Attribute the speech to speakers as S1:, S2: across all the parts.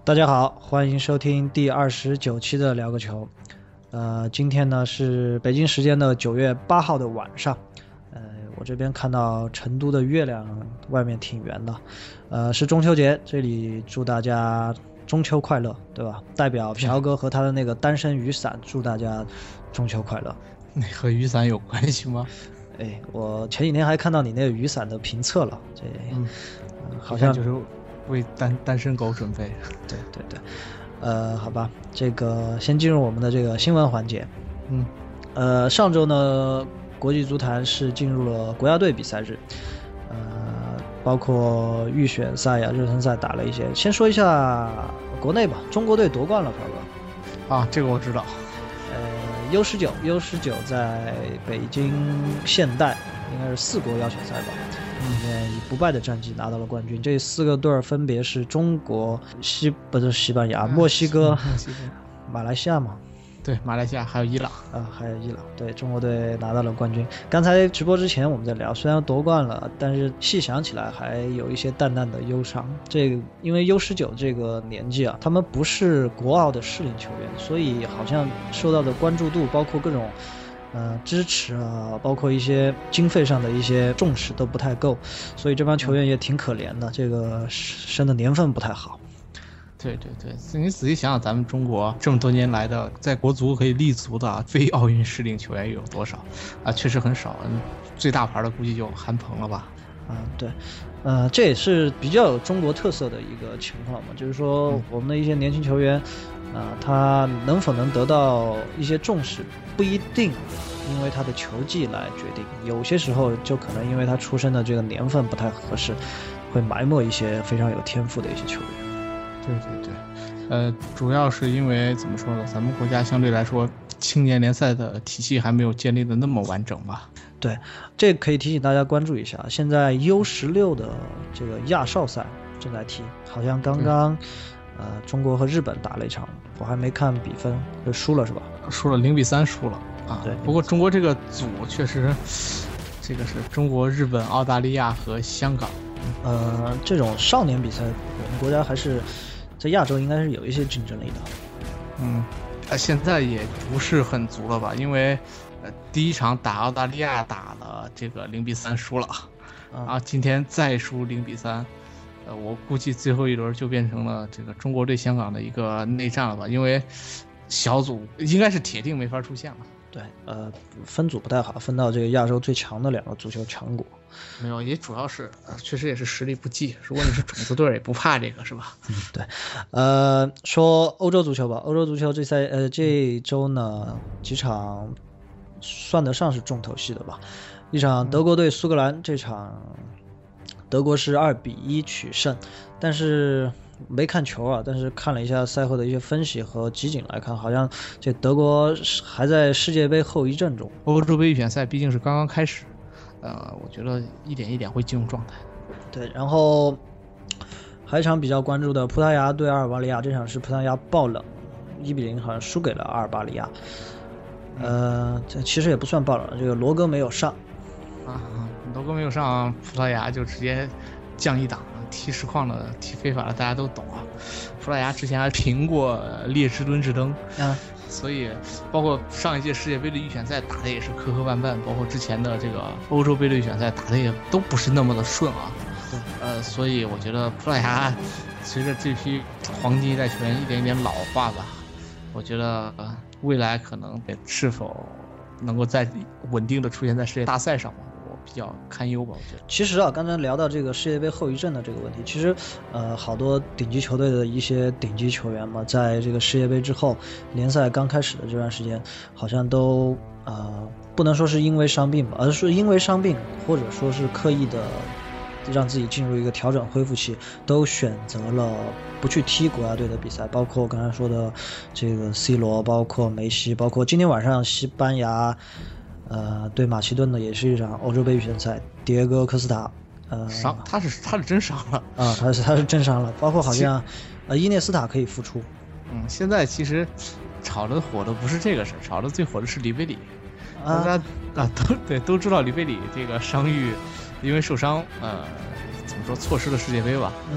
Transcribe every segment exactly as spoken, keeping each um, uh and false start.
S1: 大家好，欢迎收听第二十九期的聊个球。呃，今天呢是北京时间的九月八号的晚上。呃，我这边看到成都的月亮外面挺圆的。呃，是中秋节，这里祝大家中秋快乐，对吧？代表朴哥和他的那个单身雨伞，祝大家中秋快乐。
S2: 那和雨伞有关系吗？
S1: 哎，我前几天还看到你那个雨伞的评测了，这、
S2: 嗯
S1: 呃、好像
S2: 就是为单单身狗准备。
S1: 对对对，呃，好吧，这个先进入我们的这个新闻环节。
S2: 嗯，
S1: 呃，上周呢，国际足坛是进入了国家队比赛日，呃，包括预选赛呀、热身赛打了一些。先说一下国内吧，中国队夺冠了，涛哥。
S2: 啊，这个我知道。
S1: 呃 U 十九 U 十九在北京现代应该是四国邀请赛吧，里面以不败的战绩拿到了冠军。这四个队分别是中国、西不是西班牙、墨西哥、马来西亚嘛？
S2: 对，马来西亚还有伊朗
S1: 啊，还有伊朗。对，中国队拿到了冠军。刚才直播之前我们在聊，虽然夺冠了，但是细想起来还有一些淡淡的忧伤。这个因为 U 十九 这个年纪啊，他们不是国奥的适龄球员，所以好像受到的关注度，包括各种呃支持啊，包括一些经费上的一些重视都不太够，所以这帮球员也挺可怜的，这个生的年份不太好。
S2: 对对对，你仔细想想，咱们中国这么多年来的在国足可以立足的非奥运适龄球员有多少啊？确实很少，最大牌的估计就韩鹏了吧？
S1: 啊，对，呃，这也是比较有中国特色的一个情况嘛，就是说我们的一些年轻球员，啊、呃，他能否能得到一些重视，不一定因为他的球技来决定，有些时候就可能因为他出生的这个年份不太合适，会埋没一些非常有天赋的一些球员。
S2: 对对对，呃，主要是因为怎么说呢，咱们国家相对来说青年联赛的体系还没有建立的那么完整吧。
S1: 对，这可以提醒大家关注一下，现在 U 十六 的这个亚少赛正在踢，好像刚刚呃中国和日本打了一场，我还没看比分，就输了是吧？
S2: 输了零比三输了啊。
S1: 对，
S2: 不过中国这个组确实，这个是中国、日本、澳大利亚和香港。
S1: 呃，这种少年比赛，我们国家还是在亚洲应该是有一些竞争力的。
S2: 嗯，呃，现在也不是很足了吧？因为，呃，第一场打澳大利亚打了这个零比三输了，
S1: 嗯、
S2: 啊，今天再输零比三，呃，我估计最后一轮就变成了这个中国对香港的一个内战了吧？因为小组应该是铁定没法出现了。
S1: 对，呃，分组不太好，分到这个亚洲最强的两个足球强国。
S2: 没有，也主要是，呃、确实也是实力不济。如果你是种子队，也不怕这个，是吧？
S1: 嗯，对。呃，说欧洲足球吧，欧洲足球这赛呃这周呢几场算得上是重头戏的吧。一场德国对苏格兰，这场德国是二比一取胜，但是没看球啊，但是看了一下赛后的一些分析和集锦来看，好像这德国还在世界杯后遗症中。
S2: 欧洲杯预选赛毕竟是刚刚开始，呃，我觉得一点一点会进入状态。
S1: 对，然后还有一场比较关注的葡萄牙对阿尔巴尼亚，这场是葡萄牙爆冷，一比零好像输给了阿尔巴尼亚。呃，这其实也不算爆冷，这个罗哥没有上
S2: 啊，罗哥没有上，葡萄牙就直接降一档。踢实况的、踢非法的，大家都懂啊。葡萄牙之前还平过列支敦士登，
S1: 啊，
S2: 所以包括上一届世界杯的预选赛打的也是磕磕绊绊，包括之前的这个欧洲杯的预选赛打的也都不是那么的顺啊。
S1: 对，
S2: 呃，所以我觉得葡萄牙随着这批黄金一代球员一点一点老化吧，我觉得、呃、未来可能是否能够在稳定的出现在世界大赛上嘛。比较堪忧吧，我觉得。
S1: 其实啊，刚才聊到这个世界杯后遗症的这个问题，其实，呃，好多顶级球队的一些顶级球员嘛，在这个世界杯之后，联赛刚开始的这段时间，好像都呃，不能说是因为伤病吧，而是因为伤病，或者说是刻意的让自己进入一个调整恢复期，都选择了不去踢国家队的比赛，包括我刚才说的这个 C 罗，包括梅西，包括今天晚上西班牙。呃，对马其顿的也是一场欧洲杯预选赛，迭戈科斯塔，呃，
S2: 伤，他是他是真伤了
S1: 啊，他是他是真伤了，包括好像，呃，伊涅斯塔可以复出。
S2: 嗯，现在其实炒的火的不是这个事，炒的最火的是里贝里，大家啊都对都知道里贝里这个伤愈，因为受伤，呃，怎么说错失了世界杯吧？
S1: 嗯，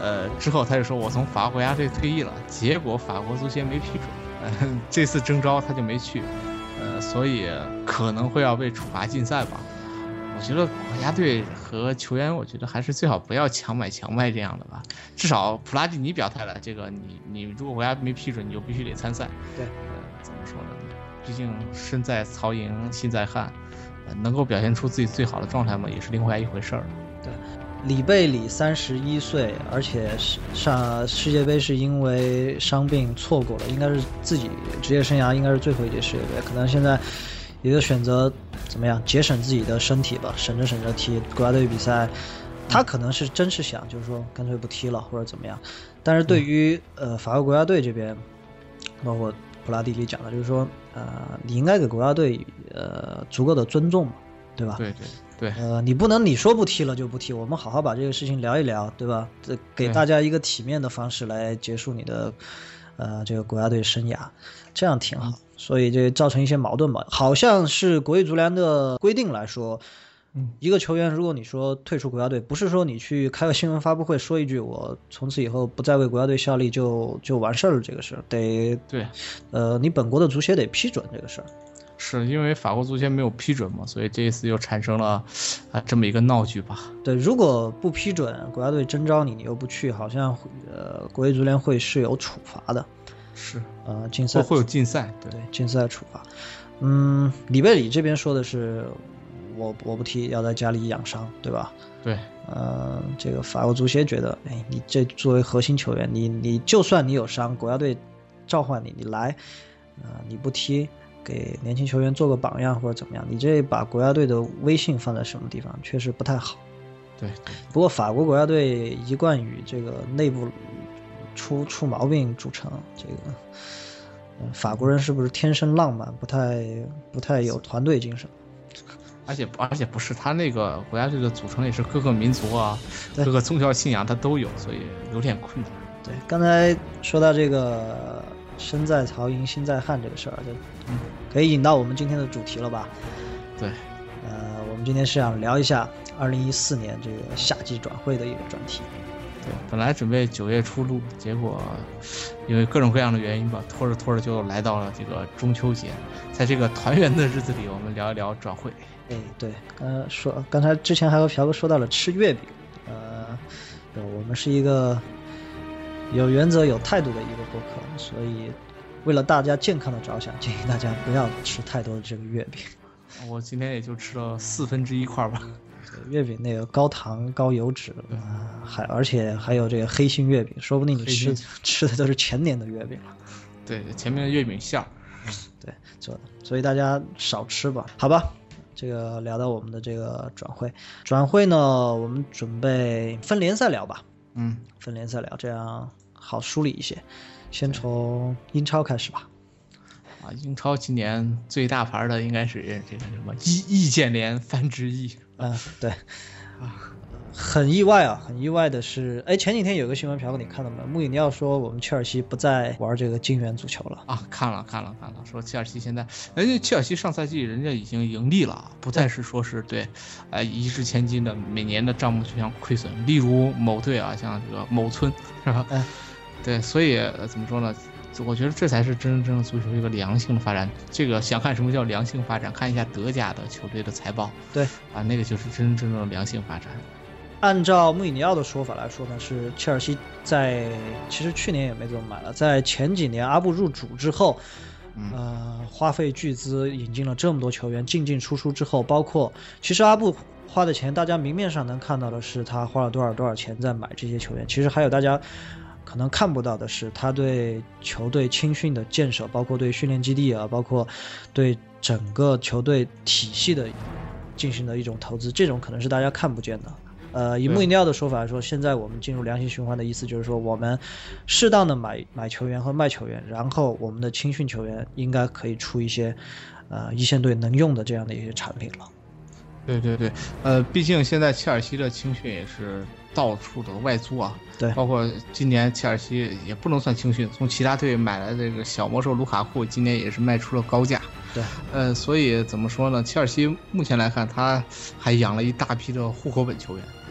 S2: 呃，之后他就说我从法国国家队退役了，结果法国足协没批准，呃，这次征召他就没去，呃，所以可能会要被处罚禁赛吧。我觉得国家队和球员，我觉得还是最好不要强买强卖这样的吧。至少普拉蒂尼表态了，这个你你如果国家没批准，你就必须得参赛。
S1: 对，
S2: 呃，怎么说呢？毕竟身在曹营心在汉，呃，能够表现出自己最好的状态嘛，也是另外一回事儿。
S1: 对，里贝里三十一岁，而且上世界杯是因为伤病错过了，应该是自己职业生涯应该是最后一届世界杯，可能现在也就选择怎么样节省自己的身体吧，省着省着踢国家队比赛。他可能是真是想就是说干脆不踢了或者怎么样，但是对于呃法国国家队这边，包括普拉蒂尼讲的，就是说呃你应该给国家队呃足够的尊重嘛，对吧？
S2: 对对对，
S1: 呃你不能你说不踢了就不踢，我们好好把这个事情聊一聊，对吧？这给大家一个体面的方式来结束你的呃这个国家队生涯，这样挺好。所以这造成一些矛盾吧，好像是国际足联的规定来说，一个球员如果你说退出国家队，不是说你去开个新闻发布会说一句我从此以后不再为国家队效力就就完事儿了，这个事儿得
S2: 对，
S1: 呃你本国的足协得批准这个事儿。
S2: 是因为法国足协没有批准嘛，所以这一次又产生了啊这么一个闹剧吧。
S1: 对，如果不批准国家队征召你，你又不去，好像呃国际足联会是有处罚的。
S2: 是，
S1: 呃，禁赛
S2: 会有禁赛，对
S1: 对，禁赛处罚。嗯，里贝里这边说的是，我我不踢，要在家里养伤，对吧？
S2: 对，
S1: 呃，这个法国足协觉得，哎，你这作为核心球员，你你就算你有伤，国家队召唤你，你来，呃，你不踢，给年轻球员做个榜样或者怎么样，你这把国家队的威信放在什么地方，确实不太好。
S2: 对，
S1: 不过法国国家队一贯以这个内部出出毛病著称，这个、呃、法国人是不是天生浪漫，不太不太有团队精神？
S2: 而且而且不是他那个国家队的组成也是各个民族啊，各个宗教信仰他都有，所以有点困难。
S1: 对，刚才说到这个身在曹营心在汉这个事儿，就、嗯、可以引到我们今天的主题了吧？
S2: 对，
S1: 呃，我们今天是想聊一下二零一四年这个夏季转会的一个专题。
S2: 对，本来准备九月初录，结果因为各种各样的原因吧，拖着拖着就来到了这个中秋节。在这个团圆的日子里，我们聊一聊转会。
S1: 哎，对，刚才说，刚才之前还和朴哥说到了吃月饼，呃，我们是一个有原则、有态度的一个播客，所以为了大家健康的着想，建议大家不要吃太多的这个月饼。
S2: 我今天也就吃了四分之一块吧。
S1: 月饼那个高糖高油脂、呃、还而且还有这个黑心月饼，说不定你吃吃的都是前年的月饼了。
S2: 对，前面的月饼馅儿，
S1: 对做的，所以大家少吃吧。好吧，这个聊到我们的这个转会，转会呢，我们准备分联赛聊吧。
S2: 嗯，
S1: 分联赛聊，这样好梳理一些。先从英超开始吧。
S2: 啊，英超今年最大牌的应该是这个什么易易建联范志毅。
S1: 嗯，对，啊，很意外啊，很意外的是，哎，前几天有个新闻朴哥你看到没有？穆里尼奥说我们切尔西不再玩这个金元足球了
S2: 啊，看了看了看了，说切尔西现在，人家切尔西上赛季人家已经盈利了，不再是说是对，哎，一掷千金的每年的账目就像亏损，例如某队啊，像这个某村是吧？
S1: 嗯，
S2: 对，所以、呃、怎么说呢？我觉得这才是真真正正足球一个良性的发展。这个想看什么叫良性发展，看一下德甲的球队的财报。
S1: 对
S2: 啊，那个就是真真正正的良性发展。
S1: 按照穆里尼奥的说法来说呢，是切尔西在其实去年也没怎么买了，在前几年阿布入主之后，呃，花费巨资引进了这么多球员，进进出出之后，包括其实阿布花的钱，大家明面上能看到的是他花了多少多少钱在买这些球员，其实还有大家可能看不到的是他对球队青训的建设，包括对训练基地啊，包括对整个球队体系的进行的一种投资，这种可能是大家看不见的。呃，以穆里尼奥的说法来说，现在我们进入良性循环的意思就是说，我们适当的买买球员和卖球员，然后我们的青训球员应该可以出一些呃一线队能用的这样的一些产品了。
S2: 对对对，呃，毕竟现在切尔西的青训也是到处的外租啊，
S1: 对，
S2: 包括今年切尔西也不能算青训，从其他队买来的这个小魔兽卢卡库，今年也是卖出了高价。
S1: 对，
S2: 呃，所以怎么说呢？切尔西目前来看，他还养了一大批的户口本球员。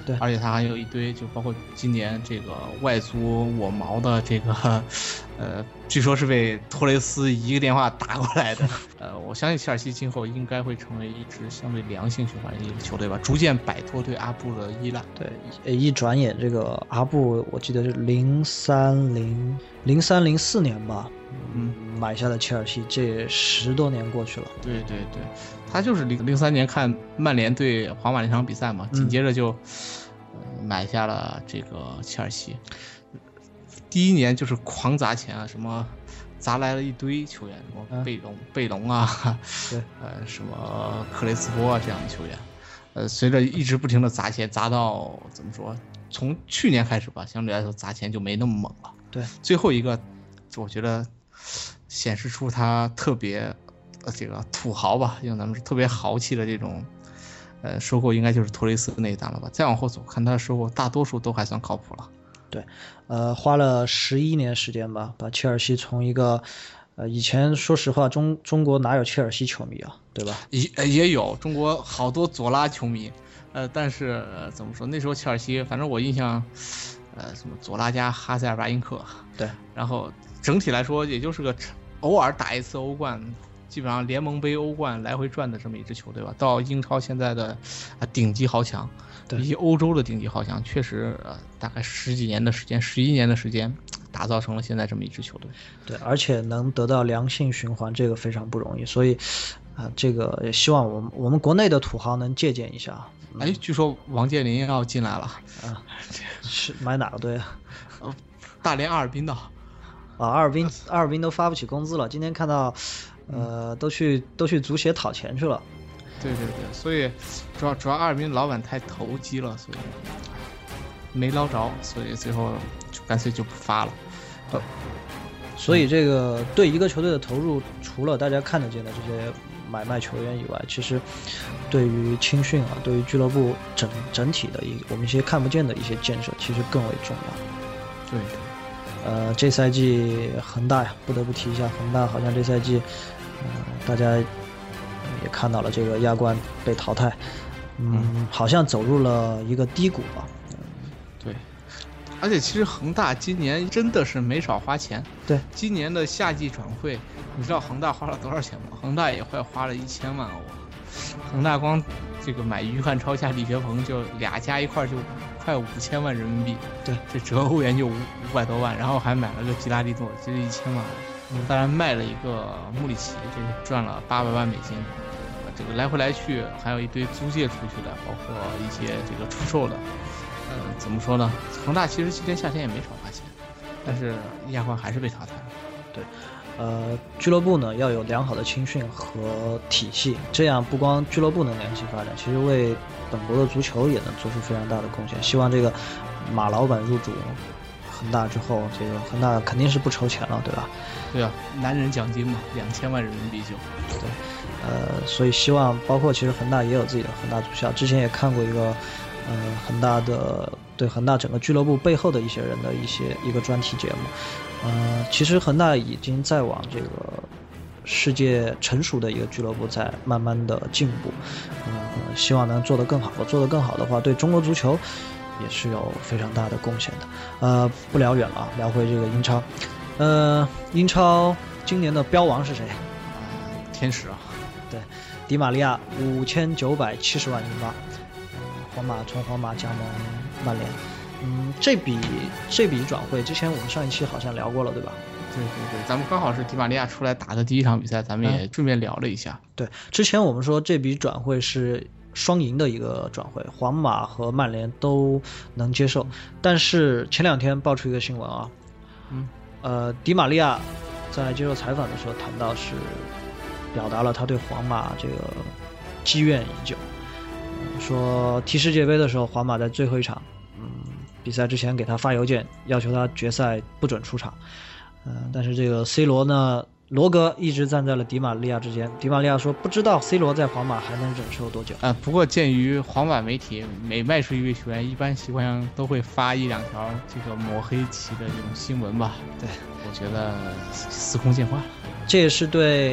S1: 对，
S2: 而且他还有一堆，就包括今年这个外租我毛的这个，呃，据说是被托雷斯一个电话打过来的。呃，我相信切尔西今后应该会成为一支相对良性循环的一个球队吧，逐渐摆脱对阿布的依赖。
S1: 对，一转眼这个阿布，我记得是零三零零三零四年吧，嗯，买下了切尔西，这十多年过去了。
S2: 对对对，他就是零零三年看曼联对皇马那场比赛嘛，紧接着就、呃、买下了这个切尔西。第一年就是狂砸钱啊，什么砸来了一堆球员，什么贝隆、嗯、贝隆啊，
S1: 对，
S2: 呃，什么克雷斯波啊这样的球员。呃，随着一直不停的砸钱，砸到怎么说？从去年开始吧，相对来说砸钱就没那么猛了。
S1: 对，
S2: 最后一个，我觉得显示出他特别，呃，这个土豪吧，用咱们说特别豪气的这种，呃，收购应该就是托雷斯那一档了吧。再往后走，看他的收购大多数都还算靠谱了。
S1: 对，呃，花了十一年时间吧，把切尔西从一个。呃，以前说实话，中中国哪有切尔西球迷啊，对吧？
S2: 也也有中国好多左拉球迷，呃，但是、呃、怎么说？那时候切尔西，反正我印象，呃，什么左拉加哈塞尔巴因克，
S1: 对，
S2: 然后整体来说，也就是个偶尔打一次欧冠，基本上联盟杯、欧冠来回转的这么一支球队吧。到英超现在的啊顶级豪强，以及欧洲的顶级豪强，确实呃大概十几年的时间，十一年的时间。打造成了现在这么一支球队，
S1: 对，而且能得到良性循环，这个非常不容易，所以，啊、呃，这个也希望我们我们国内的土豪能借鉴一下。
S2: 嗯、哎，据说王健林要进来了，
S1: 啊，是买哪个队啊？
S2: 呃，大连阿尔滨的。
S1: 啊，阿尔滨阿尔滨都发不起工资了，今天看到，呃，都去都去足协讨钱去了。
S2: 对对对，所以主要主要阿尔滨老板太投机了，所以没捞着，所以最后就干脆就不发了。呃，
S1: 所以这个对一个球队的投入，除了大家看得见的这些买卖球员以外，其实对于青训啊，对于俱乐部整整体的一我们一些看不见的一些建设，其实更为重要。
S2: 对，
S1: 呃，这赛季恒大呀，不得不提一下恒大，好像这赛季，呃，大家也看到了这个亚冠被淘汰，嗯，嗯好像走入了一个低谷吧。
S2: 对。而且其实恒大今年真的是没少花钱。
S1: 对，
S2: 今年的夏季转会，你知道恒大花了多少钱吗？恒大也快花了一千万欧。恒大光这个买于汉超加李学鹏就俩加一块就快五千万人民币。
S1: 对，
S2: 这折欧元就五五百多万，然后还买了个吉拉利诺，这是一千万欧。嗯，当然卖了一个穆里奇，这个赚了八百万美金。这个来回来去还有一堆租借出去的，包括一些这个出售的。呃，怎么说呢？恒大其实今年夏天也没少花钱，但是亚冠还是被淘汰了。
S1: 对，呃，俱乐部呢要有良好的青训和体系，这样不光俱乐部能良性发展，其实为本国的足球也能做出非常大的贡献。希望这个马老板入主恒大之后，这个恒大肯定是不愁钱了，对吧？
S2: 对啊，男人奖金嘛，两千万人民币就。
S1: 对，呃，所以希望包括其实恒大也有自己的恒大足校，之前也看过一个。呃，恒大的对恒大整个俱乐部背后的一些人的一些一个专题节目，呃，其实恒大已经在往这个世界成熟的一个俱乐部在慢慢的进步，呃，希望能做得更好。做得更好的话，对中国足球也是有非常大的贡献的。呃，不聊远了，聊回这个英超。呃，英超今年的标王是谁？
S2: 天使啊，
S1: 对，迪马利亚五千九百七十万英镑。皇马从皇马加盟曼联，嗯，这笔这笔转会之前我们上一期好像聊过了，对吧？
S2: 对对对，咱们刚好是迪马利亚出来打的第一场比赛，咱们也顺便聊了一下。
S1: 嗯、对，之前我们说这笔转会是双赢的一个转会，皇马和曼联都能接受，但是前两天爆出一个新闻啊，
S2: 嗯，
S1: 呃，迪马利亚在接受采访的时候谈到是表达了他对皇马这个积怨已久。说踢世界杯的时候，皇马在最后一场，嗯，比赛之前给他发邮件，要求他决赛不准出场。嗯、呃，但是这个 C 罗呢，罗格一直站在了迪马利亚之间。迪马利亚说不知道 C 罗在皇马还能忍受多久。
S2: 呃，不过鉴于皇马媒体每卖出一位球员，一般习惯上都会发一两条这个抹黑旗的这种新闻吧。
S1: 对，
S2: 我觉得司空见惯了。
S1: 这也是对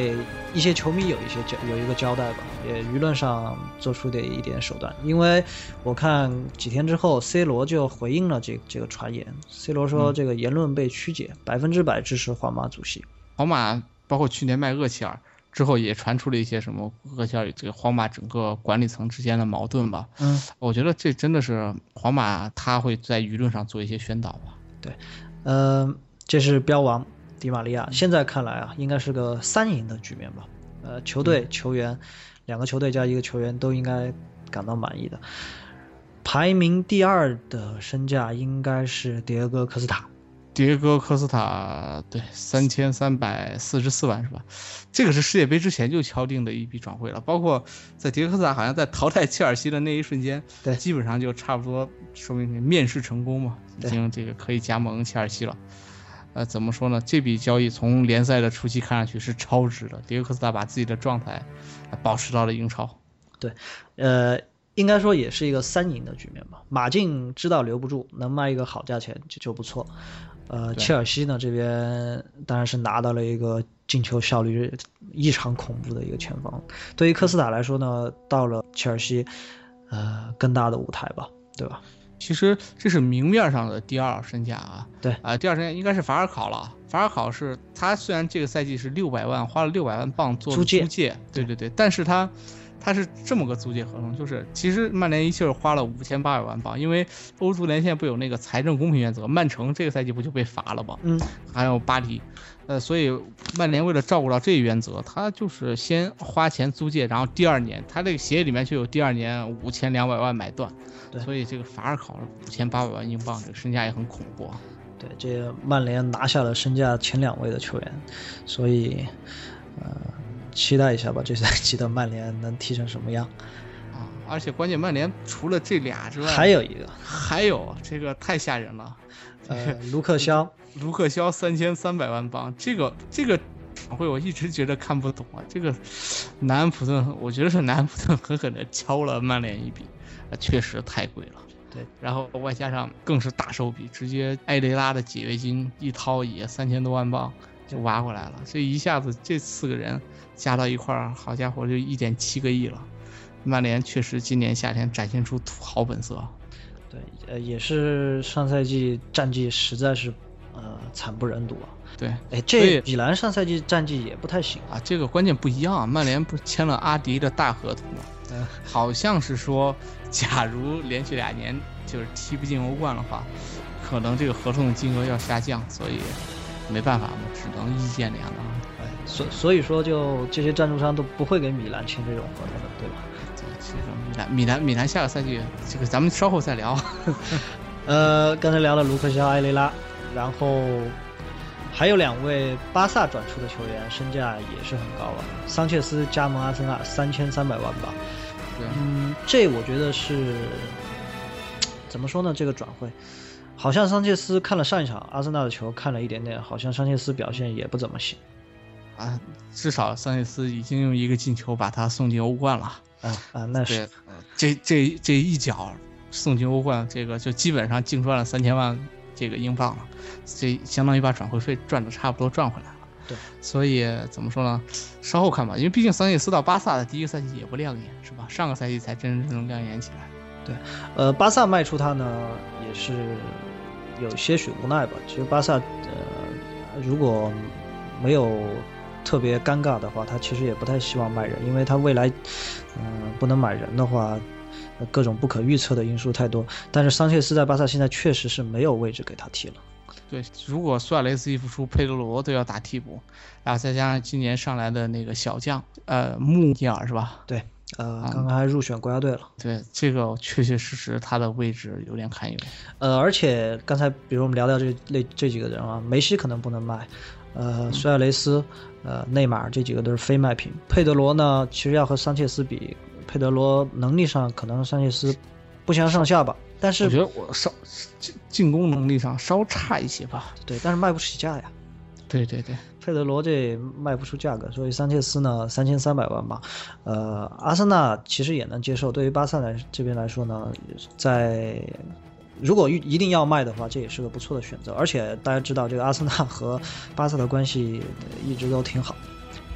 S1: 一些球迷有一些交有一个交代吧，也舆论上做出的一点手段。因为我看几天之后 C 罗就回应了这这个传言， C 罗说这个言论被曲解，百分之百支持皇马主席。
S2: 皇马包括去年卖厄齐尔之后，也传出了一些什么厄齐尔与这个皇马整个管理层之间的矛盾吧。
S1: 嗯，
S2: 我觉得这真的是皇马他会在舆论上做一些宣导吧。
S1: 对，呃，这是标王迪玛利亚，现在看来啊，应该是个三赢的局面吧。呃，球队、球员，两个球队加一个球员都应该感到满意的。排名第二的身价应该是迭戈科斯塔。
S2: 迭戈科斯塔对三千三百四十四万是吧？这个是世界杯之前就敲定的一笔转会了，包括在迭戈科斯塔好像在淘汰切尔西的那一瞬间，
S1: 对，
S2: 基本上就差不多说明面试成功嘛，已经这个可以加盟切尔西了。呃，怎么说呢？这笔交易从联赛的初期看上去是超值的，迭戈科斯塔把自己的状态保持到了英超。
S1: 对，呃，应该说也是一个三赢的局面吧。马竞知道留不住，能卖一个好价钱就就不错。呃，切尔西呢这边当然是拿到了一个进球效率异常恐怖的一个前锋。对于科斯塔来说呢，到了切尔西，呃，更大的舞台吧，对吧？
S2: 其实这是明面上的第二身价啊，
S1: 对
S2: 啊、呃，第二身价应该是法尔考了。法尔考是他虽然这个赛季是六百万，花了六百万镑做租借，租借，对对对，但是他他是这么个租借合同，就是其实曼联一气儿花了五千八百万镑，因为欧足联现在不有那个财政公平原则，曼城这个赛季不就被罚了吗？
S1: 嗯，
S2: 还有巴黎，呃，所以曼联为了照顾到这一原则，他就是先花钱租借，然后第二年他这个协议里面就有第二年五千两百万买断，所以这个法尔考五千八百万英镑，这个身价也很恐怖啊。
S1: 对，这个曼联拿下了身价前两位的球员，所以呃。期待一下吧，这赛季的曼联能踢成什么样
S2: 啊！而且关键曼联除了这俩之外，
S1: 还有一个，
S2: 还有这个太吓人了，
S1: 呃，卢克肖，
S2: 卢克肖三千三百万镑，这个这个转会我一直觉得看不懂啊。这个南安普顿，我觉得是南安普顿狠狠的敲了曼联一笔，啊，确实太贵了。
S1: 对，
S2: 然后外加上更是大手笔，直接埃雷拉的解约金一掏也三千多万镑就挖过来了，这一下子这四个人加到一块儿，好家伙，就一点七个亿了。曼联确实今年夏天展现出土豪本色。
S1: 对，呃，也是上赛季战绩实在是呃惨不忍睹啊。
S2: 对，
S1: 哎，这米兰上赛季战绩也不太行
S2: 啊。这个关键不一样，曼联不是签了阿迪的大合同吗？
S1: 嗯，
S2: 好像是说，假如连续俩年就是踢不进欧冠的话，可能这个合同的金额要下降，所以没办法嘛，只能易建联了。
S1: 所所以说，就这些赞助商都不会给米兰签这种合同的，对吧？
S2: 其实米兰米兰米兰下个赛季，这个咱们稍后再聊。
S1: 呃，刚才聊了卢克肖、埃雷拉，然后还有两位巴萨转出的球员，身价也是很高了。桑切斯加盟阿森纳三千三百万吧。
S2: 对，
S1: 嗯，这我觉得是怎么说呢？这个转会。好像桑切斯看了上一场阿森纳的球，看了一点点，好像桑切斯表现也不怎么行
S2: 啊。至少桑切斯已经用一个进球把他送进欧冠了。
S1: 啊啊，那是
S2: 这这这一脚送进欧冠，这个就基本上净赚了三千万这个英镑了，这相当于把转会费赚的差不多赚回来了。
S1: 对，
S2: 所以怎么说呢？稍后看吧，因为毕竟桑切斯到巴萨的第一个赛季也不亮眼，是吧？上个赛季才真真正正亮眼起来。
S1: 对，呃，巴萨卖出他呢，也是有些许无奈吧。其实巴萨呃，如果没有特别尴尬的话，他其实也不太希望卖人，因为他未来嗯、呃、不能买人的话，各种不可预测的因素太多。但是桑切斯在巴萨现在确实是没有位置给他踢了。
S2: 对，如果苏亚雷斯一复出，佩德罗都要打替补，然后再加上今年上来的那个小将呃穆尼尔是吧？
S1: 对，呃，刚刚还入选国家队了。
S2: 对，这个确确实实他的位置有点堪忧。
S1: 呃，而且刚才比如我们聊聊这类这几个人啊，梅西可能不能卖，呃，苏亚雷斯、呃，内马尔这几个都是非卖品。佩德罗呢，其实要和桑切斯比，佩德罗能力上可能桑切斯不相上下吧，但是
S2: 我觉得我稍进攻能力上稍差一些吧。
S1: 对，但是卖不起价呀。
S2: 对对对，
S1: 佩德罗这卖不出价格，所以桑切斯呢三千三百万吧，呃，阿森纳其实也能接受。对于巴萨来这边来说呢，在如果一定要卖的话，这也是个不错的选择。而且大家知道，这个阿森纳和巴萨的关系一直都挺好。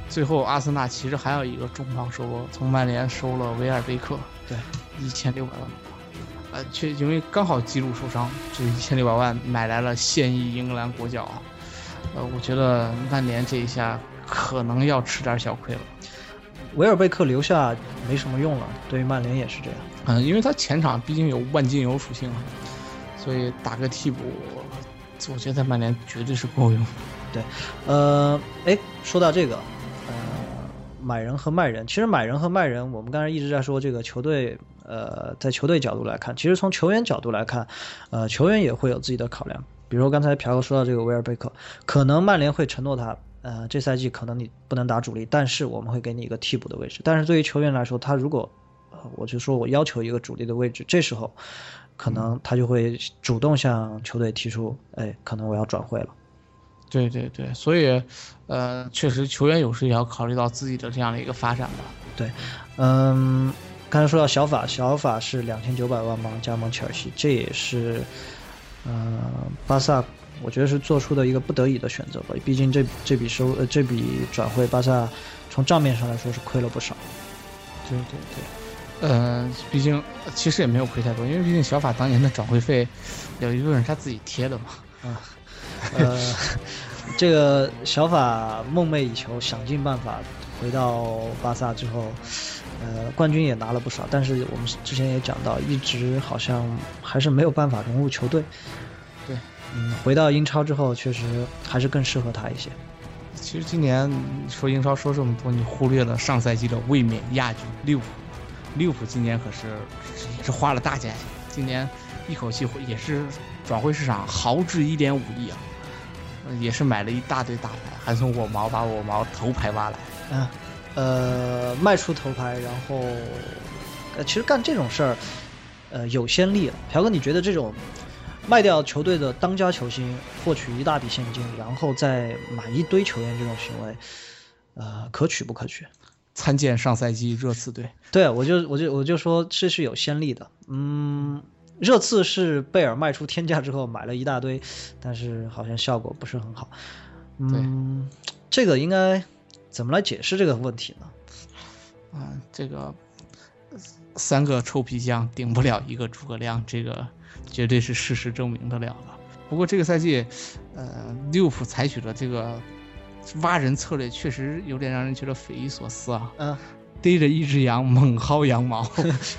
S2: 最后阿森纳其实还有一个重磅收购，从曼联收了维尔贝克，
S1: 对，
S2: 一千六百万。呃，却因为刚好基鲁受伤，就一千六百万买来了现役英格兰国脚。呃，我觉得曼联这一下可能要吃点小亏了。
S1: 维尔贝克留下没什么用了，对于曼联也是这样。
S2: 嗯，因为他前场毕竟有万金油属性，所以打个替补，我觉得在曼联绝对是够用。
S1: 对，呃，哎，说到这个，呃，买人和卖人，其实买人和卖人，我们刚才一直在说这个球队。呃，在球队角度来看，其实从球员角度来看，呃，球员也会有自己的考量。比如刚才朴哥说到这个维尔贝克，可能曼联会承诺他，呃，这赛季可能你不能打主力，但是我们会给你一个替补的位置。但是对于球员来说，他如果，呃，我就说我要求一个主力的位置，这时候可能他就会主动向球队提出，哎，可能我要转会了。
S2: 对对对，所以，呃，确实球员有时也要考虑到自己的这样的一个发展吧。
S1: 对，嗯。刚才说到小法，小法是两千九百万镑加盟切尔西，这也是，呃，巴萨我觉得是做出的一个不得已的选择吧。毕竟这这笔收呃这笔转会，巴萨从账面上来说是亏了不少。
S2: 对对对，呃，毕竟其实也没有亏太多，因为毕竟小法当年的转会费有一部分是他自己贴的嘛。
S1: 啊，呃，这个小法梦寐以求，想尽办法回到巴萨之后。呃，冠军也拿了不少，但是我们之前也讲到，一直好像还是没有办法融入球队。
S2: 对，
S1: 嗯，回到英超之后，确实还是更适合他一些。
S2: 其实今年说英超说这么多，你忽略了上赛季的卫冕亚军利物浦。利物浦今年可是也是花了大价钱，今年一口气也是转会市场豪掷一点五亿啊，也是买了一大堆大牌，还从我毛把我毛头牌挖来。
S1: 嗯。呃，卖出头牌，然后，呃，其实干这种事儿，呃，有先例了。朴哥，你觉得这种卖掉球队的当家球星，获取一大笔现金，然后再买一堆球员这种行为，呃，可取不可取？
S2: 参见上赛季热刺队。
S1: 对，我就我就我就说这是有先例的。嗯，热刺是贝尔卖出天价之后买了一大堆，但是好像效果不是很好。嗯，这个应该。怎么来解释这个问题呢？
S2: 啊、嗯，这个三个臭皮匠顶不了一个诸葛亮，这个绝对是事实证明得了了。不过这个赛季，呃，利物浦采取的这个挖人策略确实有点让人觉得匪夷所思啊。
S1: 嗯，
S2: 逮着一只羊猛薅羊毛，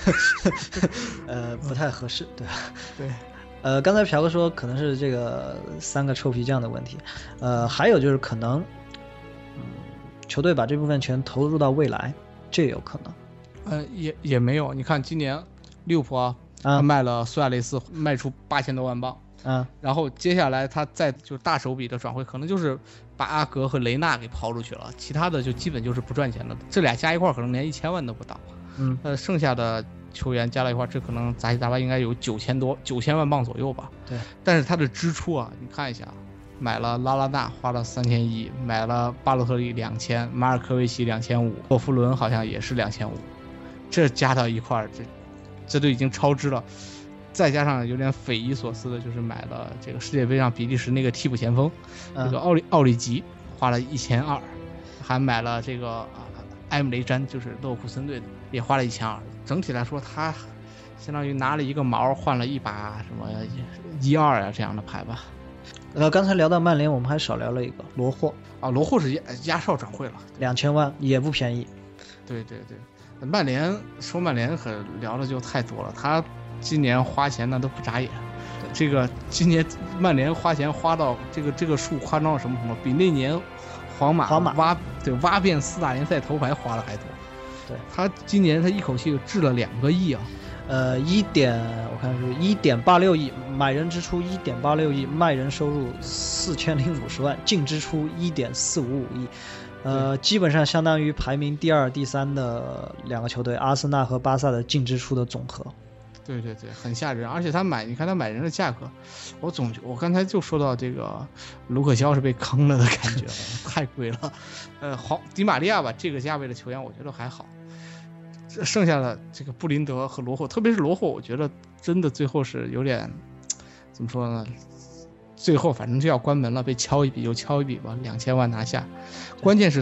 S1: 呃，不太合适，对吧？
S2: 对。
S1: 呃，刚才朴哥说可能是这个三个臭皮匠的问题，呃，还有就是可能。球队把这部分钱投入到未来，这也有可能。
S2: 呃，也也没有。你看今年利物浦啊，他卖了苏亚雷斯，卖出八千多万镑。
S1: 嗯。
S2: 然后接下来他再就大手笔的转会，可能就是把阿格和雷纳给抛出去了，其他的就基本就是不赚钱的。这俩加一块可能连一千万都不到。
S1: 嗯。
S2: 呃，剩下的球员加了一块，这可能杂七杂八应该有九千多九千万镑左右吧。
S1: 对。
S2: 但是他的支出啊，你看一下。买了拉拉纳花了三千一，买了巴洛特利两千，马尔科维奇两千五，霍弗伦好像也是两千五，这加到一块儿，这这都已经超支了。再加上有点匪夷所思的，就是买了这个世界杯上比利时那个替补前锋，
S1: 嗯、
S2: 这个奥利奥利吉花了一千二，还买了这个啊埃姆雷詹，就是勒沃库森队的，也花了一千二。整体来说，他相当于拿了一个毛换了一把什么一二啊这样的牌吧。
S1: 呃，刚才聊到曼联，我们还少聊了一个罗霍
S2: 啊，罗霍是压压哨转会了，
S1: 两千万也不便宜。
S2: 对对对，曼联说曼联可聊的就太多了，他今年花钱那都不眨眼。这个今年曼联花钱花到这个这个数夸张到什么什么，比那年皇马
S1: 皇马
S2: 挖对挖遍四大联赛头牌花了还多。
S1: 对，
S2: 他今年他一口气掷了两个亿啊。
S1: 呃，一点我看是一点八六亿，买人支出一点八六亿，卖人收入四千零五十万，净支出一点四五五亿，呃，基本上相当于排名第二、第三的两个球队，阿森纳和巴萨的净支出的总和。
S2: 对对对，很吓人。而且他买，你看他买人的价格，我总我刚才就说到这个卢克肖是被坑了的感觉了，太贵了。呃，好，迪玛利亚吧，这个价位的球员我觉得还好。剩下的这个布林德和罗霍，特别是罗霍，我觉得真的最后是有点怎么说呢？最后反正就要关门了，被敲一笔就敲一笔吧，两千万拿下。关键是他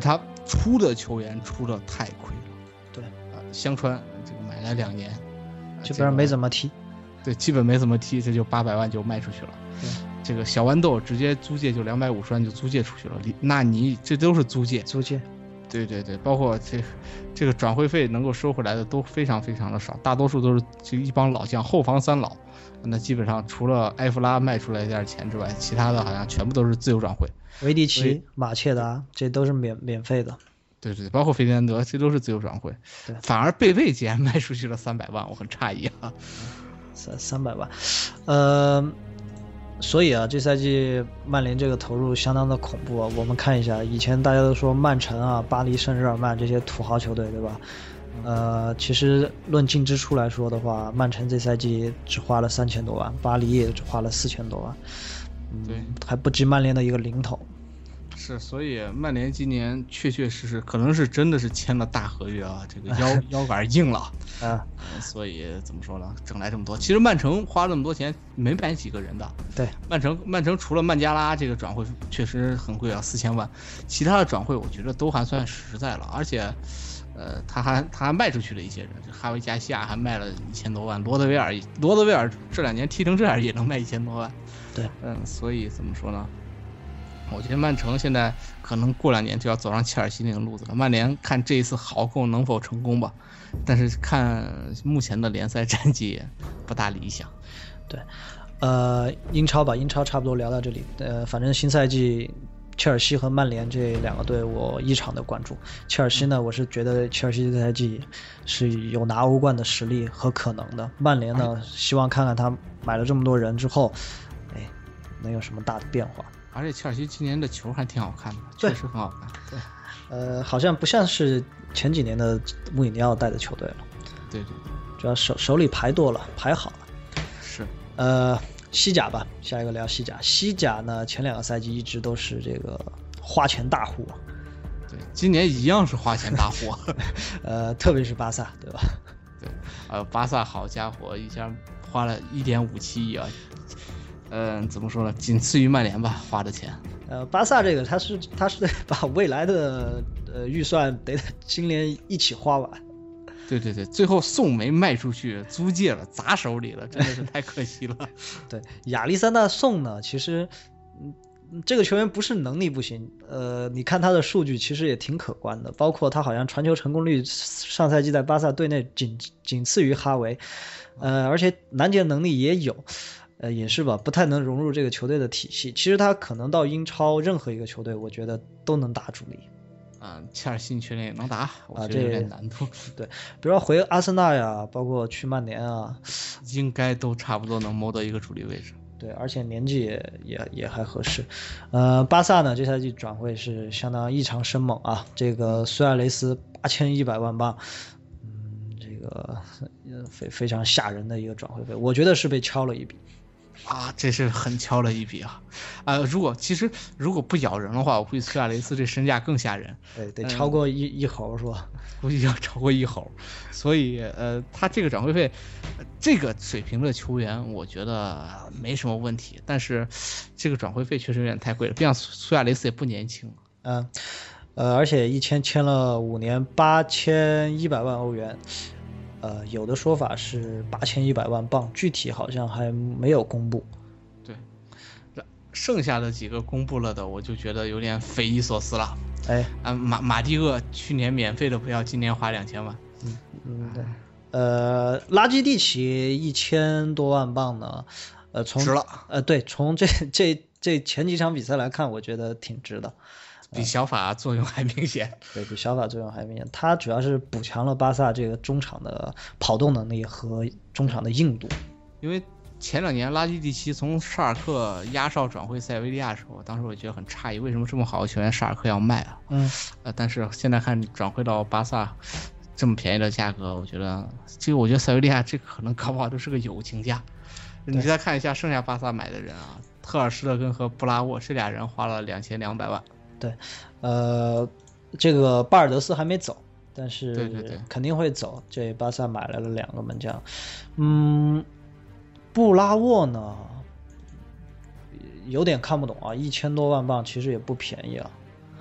S2: 出的球员出的太亏了。
S1: 对，
S2: 呃，香川这个买了两年，
S1: 基本上没怎么踢。
S2: 对，基本没怎么踢，这就八百万就卖出去了。
S1: 对，
S2: 这个小豌豆直接租借就两百五十万就租借出去了。纳尼这都是租借，
S1: 租借。
S2: 对对对，包括这这个转会费能够收回来的都非常非常的少，大多数都是就一帮老将，后防三老。那基本上除了埃弗拉卖出来一点钱之外，其他的好像全部都是自由转会。
S1: 维迪奇、马切达这都是免免费的。
S2: 对对，包括费迪南德，这都是自由转会。
S1: 对，
S2: 反而贝贝竟然卖出去了三百万，我很诧异啊。
S1: 三三百万，呃，所以啊，这赛季曼联这个投入相当的恐怖啊。我们看一下，以前大家都说曼城啊、巴黎圣日耳曼这些土豪球队，对吧？呃，其实论净支出来说的话，曼城这赛季只花了三千多万，巴黎也只花了四千多万，嗯，
S2: 对，
S1: 还不及曼联的一个零头。
S2: 是，所以曼联今年确确实实可能是真的是签了大合约啊，这个腰腰杆硬了
S1: 啊、
S2: 嗯，所以怎么说呢，整来这么多。其实曼城花那么多钱没买几个人的，
S1: 对，
S2: 曼城曼城除了曼加拉这个转会确实很贵啊，四千万，其他的转会我觉得都还算实在了，而且。呃，他还他还卖出去了一些人，哈维加西亚还卖了一千多万，罗德威尔罗德威尔这两年踢成这样也能卖一千多万，
S1: 对，
S2: 嗯，所以怎么说呢？我觉得曼城现在可能过两年就要走上切尔西那个路子了。曼联看这一次豪购能否成功吧，但是看目前的联赛战绩不大理想。
S1: 对，呃，英超吧，英超差不多聊到这里。呃，反正新赛季。切尔西和曼联这两个队我异常的关注。切尔西呢，我是觉得切尔西这赛季是有拿欧冠的实力和可能的。曼联呢，希望看看他买了这么多人之后，哎，能有什么大的变化。
S2: 而且切尔西今年的球还挺好看的，确实很好看。对，
S1: 呃，好像不像是前几年的穆里尼奥带的球队了。
S2: 对对对，
S1: 主要手手里牌多了，牌好了。
S2: 是，
S1: 呃。西甲吧，下一个聊西甲。西甲呢，前两个赛季一直都是这个花钱大户，
S2: 对，今年一样是花钱大户，
S1: 呃，特别是巴萨，对吧？
S2: 对，呃，巴萨好家伙，一下花了一点五七亿啊，嗯、呃，怎么说呢，仅次于曼联吧，花的钱。
S1: 呃，巴萨这个他是他是把未来的呃预算得今年一起花完。
S2: 对对对，最后宋没卖出去，租借了，砸手里了，真的是太可惜了。
S1: 对，亚历山大宋呢，其实，嗯，这个球员不是能力不行，呃，你看他的数据其实也挺可观的，包括他好像传球成功率上赛季在巴萨队内仅仅次于哈维，呃，而且拦截能力也有，呃，也是吧，不太能融入这个球队的体系。其实他可能到英超任何一个球队，我觉得都能打主力。
S2: 嗯，切尔西确定也能打，我觉得有点难度。
S1: 啊、对，比如说回阿森纳呀，包括去曼联啊，
S2: 应该都差不多能谋得一个主力位置。
S1: 对，而且年纪也也也还合适。呃，巴萨呢这赛季转会是相当异常生猛啊，这个苏亚雷斯八千一百万镑，嗯，这个非非常吓人的一个转会费，我觉得是被敲了一笔。
S2: 啊，这是很敲了一笔啊！啊、呃，如果其实如果不咬人的话，我估计苏亚雷斯这身价更吓人。
S1: 对，得超过一、嗯、一猴是吧？
S2: 估计要超过一猴。所以呃，他这个转会费，这个水平的球员，我觉得没什么问题。但是这个转会费确实有点太贵了，毕竟苏亚雷斯也不年轻。
S1: 嗯，呃，而且一签签了五年，八千一百万欧元。呃，有的说法是八千一百万镑，具体好像还没有公布。
S2: 对，剩下的几个公布了的，我就觉得有点匪夷所思了。
S1: 哎，
S2: 啊，马马蒂厄去年免费的不要，今年花两千万。
S1: 嗯嗯，对。呃，拉基蒂奇一千多万镑呢，呃，从
S2: 值了。
S1: 呃，对，从这这这前几场比赛来看，我觉得挺值的。
S2: 比小法作用还明显，
S1: 对比小法作用还明显。他主要是补强了巴萨这个中场的跑动能力和中场的硬度。
S2: 因为前两年拉基蒂奇从沙尔克压哨转会塞维利亚的时候，当时我觉得很诧异，为什么这么好的球员沙尔克要卖啊？
S1: 嗯，
S2: 呃，但是现在看转会到巴萨这么便宜的价格，我觉得这个我觉得塞维利亚这个可能搞不好都是个友情价。你再看一下剩下巴萨买的人啊，特尔施特根和布拉沃这俩人花了两千两百万。
S1: 对，呃，这个巴尔德斯还没走，但
S2: 对对对
S1: 是肯定会走。这巴萨买来了两个门将，嗯，布拉沃呢有点看不懂啊，一千多万镑其实也不便宜啊。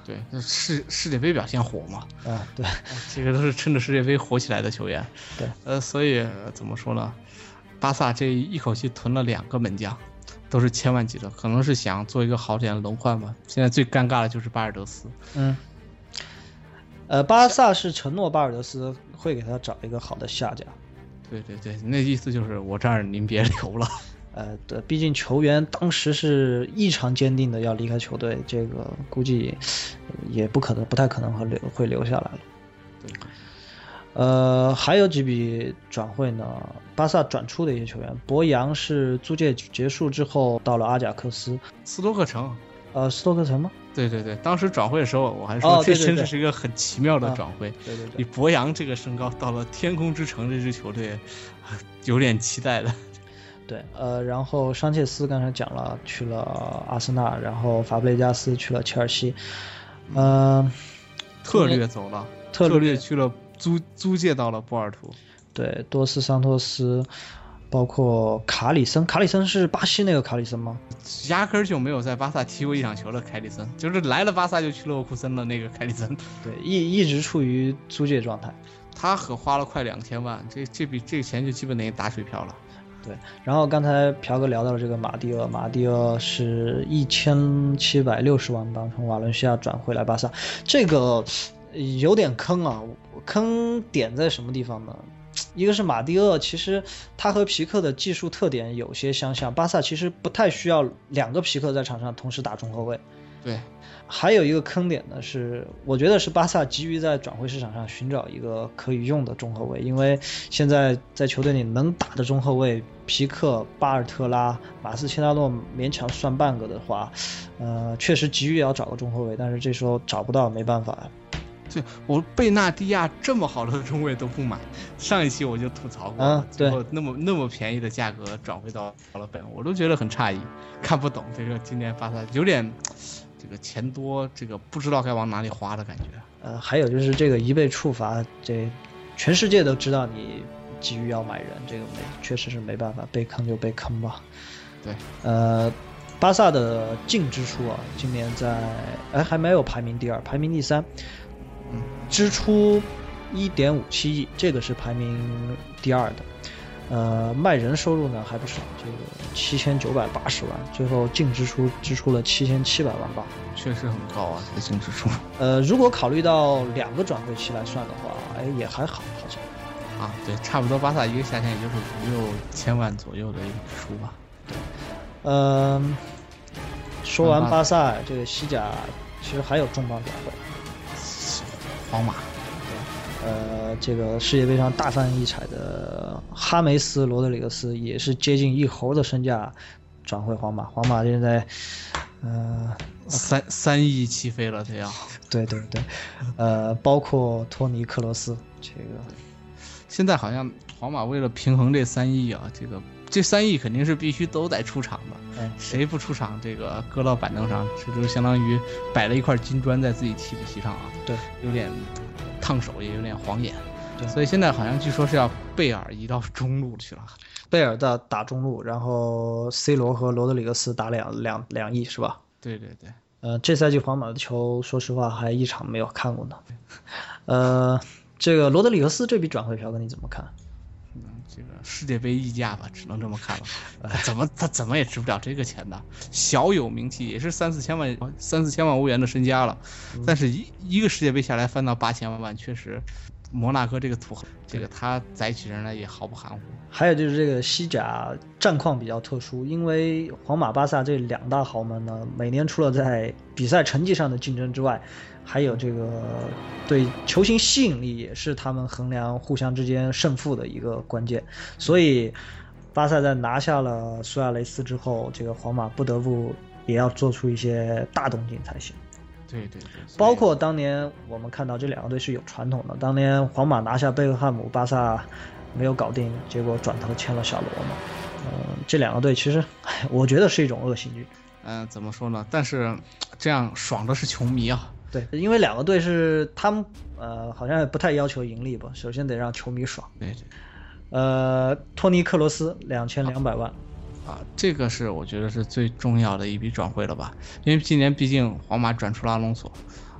S2: 对，世世界杯表现火嘛，
S1: 啊，对，
S2: 这个都是趁着世界杯火起来的球员。
S1: 对，
S2: 呃，所以、呃、怎么说呢？巴萨这一口气囤了两个门将，都是千万级的，可能是想做一个好点的轮换吧。现在最尴尬的就是巴尔德斯。
S1: 嗯，呃，巴萨是承诺巴尔德斯会给他找一个好的下家。
S2: 对对对，那意思就是我这儿您别留了。
S1: 呃，对，毕竟球员当时是异常坚定的要离开球队，这个估计也不可能，不太可能会留会留下来了。
S2: 对，
S1: 呃，还有几笔转会呢？巴萨转出的一些球员，博扬是租借结束之后到了阿贾克斯，
S2: 斯托克城，
S1: 呃，斯托克城吗？
S2: 对对对，当时转会的时候我还说、
S1: 哦、
S2: 这真的是一个很奇妙的转会。
S1: 啊、对对对，
S2: 以博扬这个身高到了天空之城这支球队，有点期待的。
S1: 对，呃，然后桑切斯刚才讲了，去了阿森纳，然后法布雷加斯去了切尔西，呃，
S2: 特略走了，
S1: 特略,
S2: 特略去了租租借到了波尔图。
S1: 对，多斯桑托斯，包括卡里森，卡里森是巴西那个卡里森吗？
S2: 压根儿就没有在巴萨踢过一场球的凯里森，就是来了巴萨就去了沃库森的那个凯里森。
S1: 对，一一直处于租借状态。
S2: 他可花了快两千万，这这笔这个钱就基本等于打水漂了。
S1: 对，然后刚才朴哥聊到了这个马蒂厄，马蒂厄是一千七百六十万镑从瓦伦西亚转回来巴萨，这个有点坑啊，坑点在什么地方呢？一个是马蒂厄，其实他和皮克的技术特点有些相像，巴萨其实不太需要两个皮克在场上同时打中后卫。
S2: 对，
S1: 还有一个坑点呢是，我觉得是巴萨急于在转会市场上寻找一个可以用的中后卫，因为现在在球队里能打的中后卫，皮克、巴尔特拉、马斯切拉诺勉强算半个的话，呃，确实急于要找个中后卫，但是这时候找不到，没办法。
S2: 对，我贝纳蒂亚这么好的中卫都不买，上一期我就吐槽过，
S1: 啊、对，
S2: 那么那么便宜的价格转会到了本，我都觉得很诧异，看不懂这个今年巴萨有点这个钱多，这个不知道该往哪里花的感觉。
S1: 呃，还有就是这个一被触罚，这全世界都知道你急于要买人，这个没确实是没办法，被坑就被坑吧。
S2: 对，
S1: 呃。巴萨的净支出啊，今年在哎还没有排名第二，排名第三。嗯，支出 一点五七亿，这个是排名第二的。呃，卖人收入呢还不少，这个七千九百八十万，最后净支出支出了七千七百万镑，
S2: 确实很高啊，这个净支出。
S1: 呃，如果考虑到两个转会期来算的话，哎，也还好，好像。
S2: 啊，对，差不多巴萨一个夏天也就是五六千万左右的一个支出吧。
S1: 对，嗯、呃，说完巴萨，这个西甲其实还有重磅转会。
S2: 皇马，
S1: 呃，这个世界杯上大放异彩的哈梅斯·罗德里格斯也是接近一猴的身价转会皇马，皇马现在呃
S2: 三三亿起飞了，这样。
S1: 对对对，呃，包括托尼·克罗斯，这个
S2: 现在好像皇马为了平衡这三亿啊，这个这三亿肯定是必须都得出场的，
S1: 哎，
S2: 谁不出场，这个搁到板凳上，这就相当于摆了一块金砖在自己替补席上啊。
S1: 对，
S2: 有点烫手，也有点晃眼。
S1: 对，
S2: 所以现在好像据说是要贝尔移到中路去了。
S1: 贝尔的打中路，然后 C 罗和罗德里格斯打两两两亿是吧？
S2: 对对对。
S1: 呃，这赛季皇马的球，说实话还一场没有看过呢。呃，这个罗德里格斯这笔转会票，你怎么看？
S2: 嗯，这个世界杯溢价吧，只能这么看了。呃、怎么他怎么也值不了这个钱的？小有名气，也是三四千万三四千万欧元的身家了，嗯、但是一一个世界杯下来翻到八千万，确实，摩纳哥这个土豪，这个他载起人来也毫不含糊。
S1: 还有就是这个西甲战况比较特殊，因为皇马、巴萨这两大豪门呢，每年除了在比赛成绩上的竞争之外，还有这个对球星吸引力也是他们衡量互相之间胜负的一个关键。所以巴萨在拿下了苏亚雷斯之后，这个皇马不得不也要做出一些大动静才行。
S2: 对对对，
S1: 包括当年我们看到这两个队是有传统的，当年皇马拿下贝克汉姆，巴萨没有搞定，结果转头签了小罗嘛。嗯、呃，这两个队其实我觉得是一种恶性剧。
S2: 嗯、呃，怎么说呢？但是这样爽的是球迷啊。
S1: 对，因为两个队是他们呃好像也不太要求盈利吧，首先得让球迷爽。
S2: 对对。
S1: 呃，托尼克罗斯两千两百万。
S2: 啊，这个是我觉得是最重要的一笔转会了吧？因为今年毕竟皇马转出了阿隆索，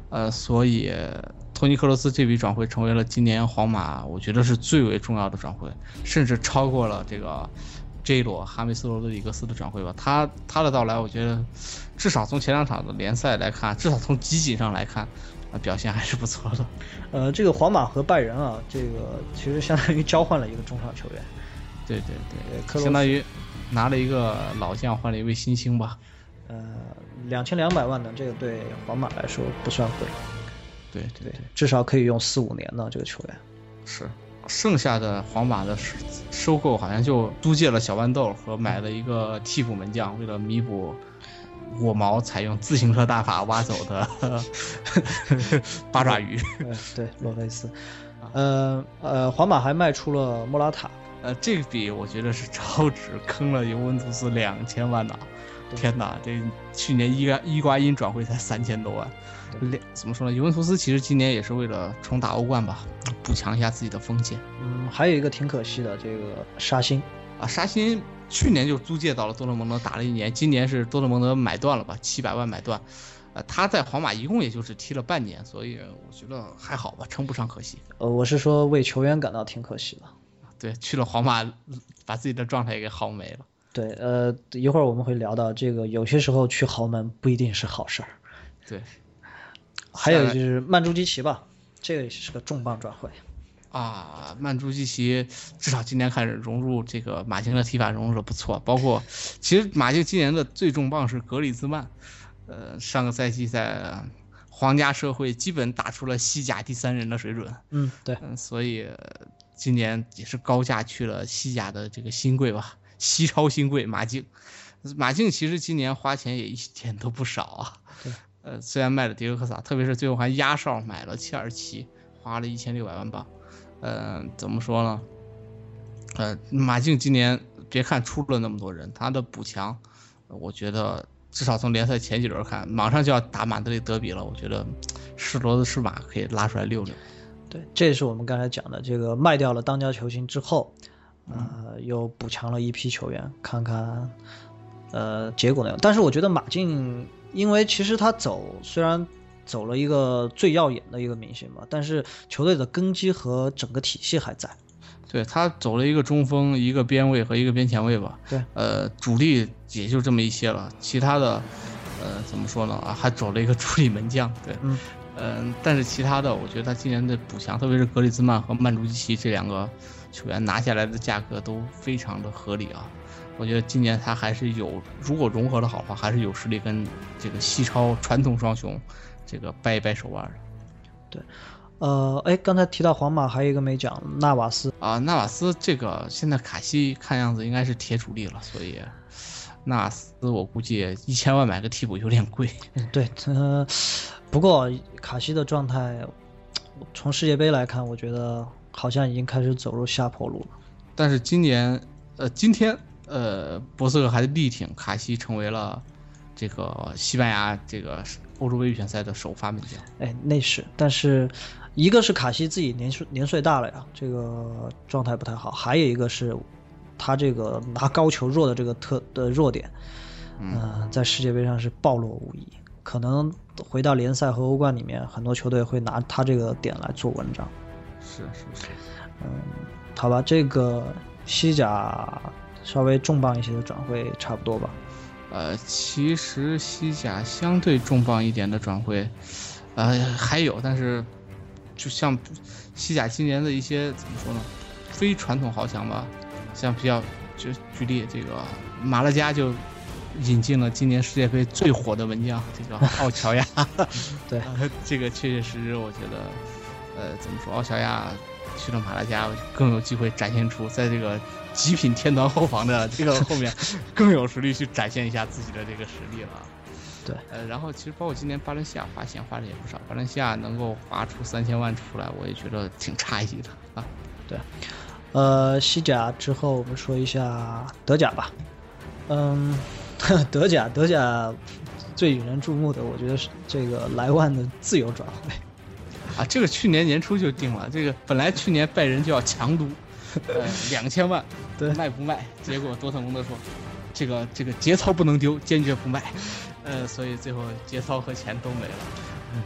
S2: 呃，所以托尼克罗斯这笔转会成为了今年皇马我觉得是最为重要的转会，甚至超过了这个 J 罗哈梅斯罗德里格斯的转会吧。他他的到来，我觉得至少从前两场的联赛来看，至少从集锦上来看，呃，表现还是不错的。
S1: 呃，这个皇马和拜仁啊，这个其实相当于交换了一个中场球员。
S2: 对对对，对相当于拿了一个老将换了一位新星吧。
S1: 呃，两千两百万呢，这个对皇马来说不算贵。
S2: 对对
S1: 对, 对，至少可以用四五年的这个球员。
S2: 是，剩下的皇马的收购好像就租借了小豌豆和买了一个替补门将，为了弥补我毛采用自行车大法挖走的八爪鱼。
S1: 对，罗佩斯。呃呃，皇马还卖出了莫拉塔。
S2: 呃，这个笔我觉得是超值，坑了尤文图斯两千万呐！天哪，这去年伊瓜伊瓜因转会才三千多万。怎么说呢？尤文图斯其实今年也是为了冲打欧冠吧，补强一下自己的锋线。
S1: 嗯，还有一个挺可惜的，这个沙辛
S2: 啊，沙辛去年就租借到了多特蒙德打了一年，今年是多特蒙德买断了吧，七百万买断。呃，他在皇马一共也就是踢了半年，所以我觉得还好吧，称不上可惜。
S1: 呃，我是说为球员感到挺可惜的。
S2: 对，去了皇马，把自己的状态也给耗没了。
S1: 对，呃，一会儿我们会聊到这个，有些时候去豪门不一定是好事儿。
S2: 对，
S1: 还有就是曼朱基奇吧，这个也是个重磅转会。
S2: 啊，曼朱基奇至少今年开始融入这个马竞的踢法，融入的不错。包括其实马竞今年的最重磅是格里兹曼，呃，上个赛季在皇家社会基本打出了西甲第三人的水准。
S1: 嗯，对，
S2: 嗯，所以今年也是高价去了西甲的这个新贵吧，西超新贵马竞。马竞其实今年花钱也一点都不少啊。
S1: 对，
S2: 呃，虽然卖了迪克克萨，特别是最后还压哨买了切尔西，花了一千六百万镑。呃，怎么说呢？呃，马竞今年别看出了那么多人，他的补强，我觉得至少从联赛前几轮看，马上就要打马德里德比了，我觉得是骡子是马可以拉出来溜溜。
S1: 对，这也是我们刚才讲的，这个卖掉了当家球星之后，呃，又补强了一批球员，看看呃结果呢。但是我觉得马竞，因为其实他走虽然走了一个最耀眼的一个明星吧，但是球队的根基和整个体系还在。
S2: 对，他走了一个中锋，一个边卫和一个边前卫吧。
S1: 对，
S2: 呃，主力也就这么一些了，其他的，呃，怎么说呢？啊，还走了一个主力门将。对，
S1: 嗯，
S2: 呃，但是其他的，我觉得他今年的补强，特别是格里兹曼和曼朱基奇这两个球员拿下来的价格都非常的合理啊。我觉得今年他还是有，如果融合的好的话，还是有实力跟这个西超传统双雄这个掰一掰手腕的。
S1: 对，呃，哎，刚才提到皇马还有一个没讲，纳瓦斯
S2: 啊，纳瓦斯这个现在卡西看样子应该是铁主力了，所以纳瓦斯我估计一千万买个替补有点贵。
S1: 对，呃，不过卡西的状态，从世界杯来看，我觉得好像已经开始走入下坡路了。
S2: 但是今年，呃，今天，呃，博斯克还力挺卡西成为了这个西班牙这个欧洲杯预选赛的首发门将。
S1: 哎，那是，但是一个是卡西自己年岁年岁大了呀，这个状态不太好；还有一个是他这个拿高球弱的这个特的弱点，嗯、呃，在世界杯上是暴露无遗。可能回到联赛和欧冠里面，很多球队会拿他这个点来做文章。
S2: 是是是，
S1: 嗯，好吧，这个西甲稍微重磅一些的转会差不多吧。
S2: 呃，其实西甲相对重磅一点的转会，呃，还有，但是就像西甲今年的一些怎么说呢，非传统豪强吧，像比较就举例这个马拉加就引进了今年世界杯最火的门将，这个奥乔亚。
S1: 对、
S2: 呃，这个确确实实，我觉得，呃，怎么说，奥乔亚去了马拉加更有机会展现出在这个极品天团后防的这个后面更有实力去展现一下自己的这个实力了。
S1: 对，
S2: 呃，然后其实包括今年巴伦西亚花钱花的也不少，巴伦西亚能够花出三千万出来，我也觉得挺诧异的啊。
S1: 对，呃，西甲之后我们说一下德甲吧。嗯，德甲德甲最引人注目的，我觉得是这个莱万的自由转会。
S2: 啊，这个去年年初就定了，这个本来去年拜仁就要强撸，呃，两千万，
S1: 对，
S2: 卖不卖？结果多特蒙德说，这个这个节操不能丢，坚决不卖，呃，所以最后节操和钱都没了。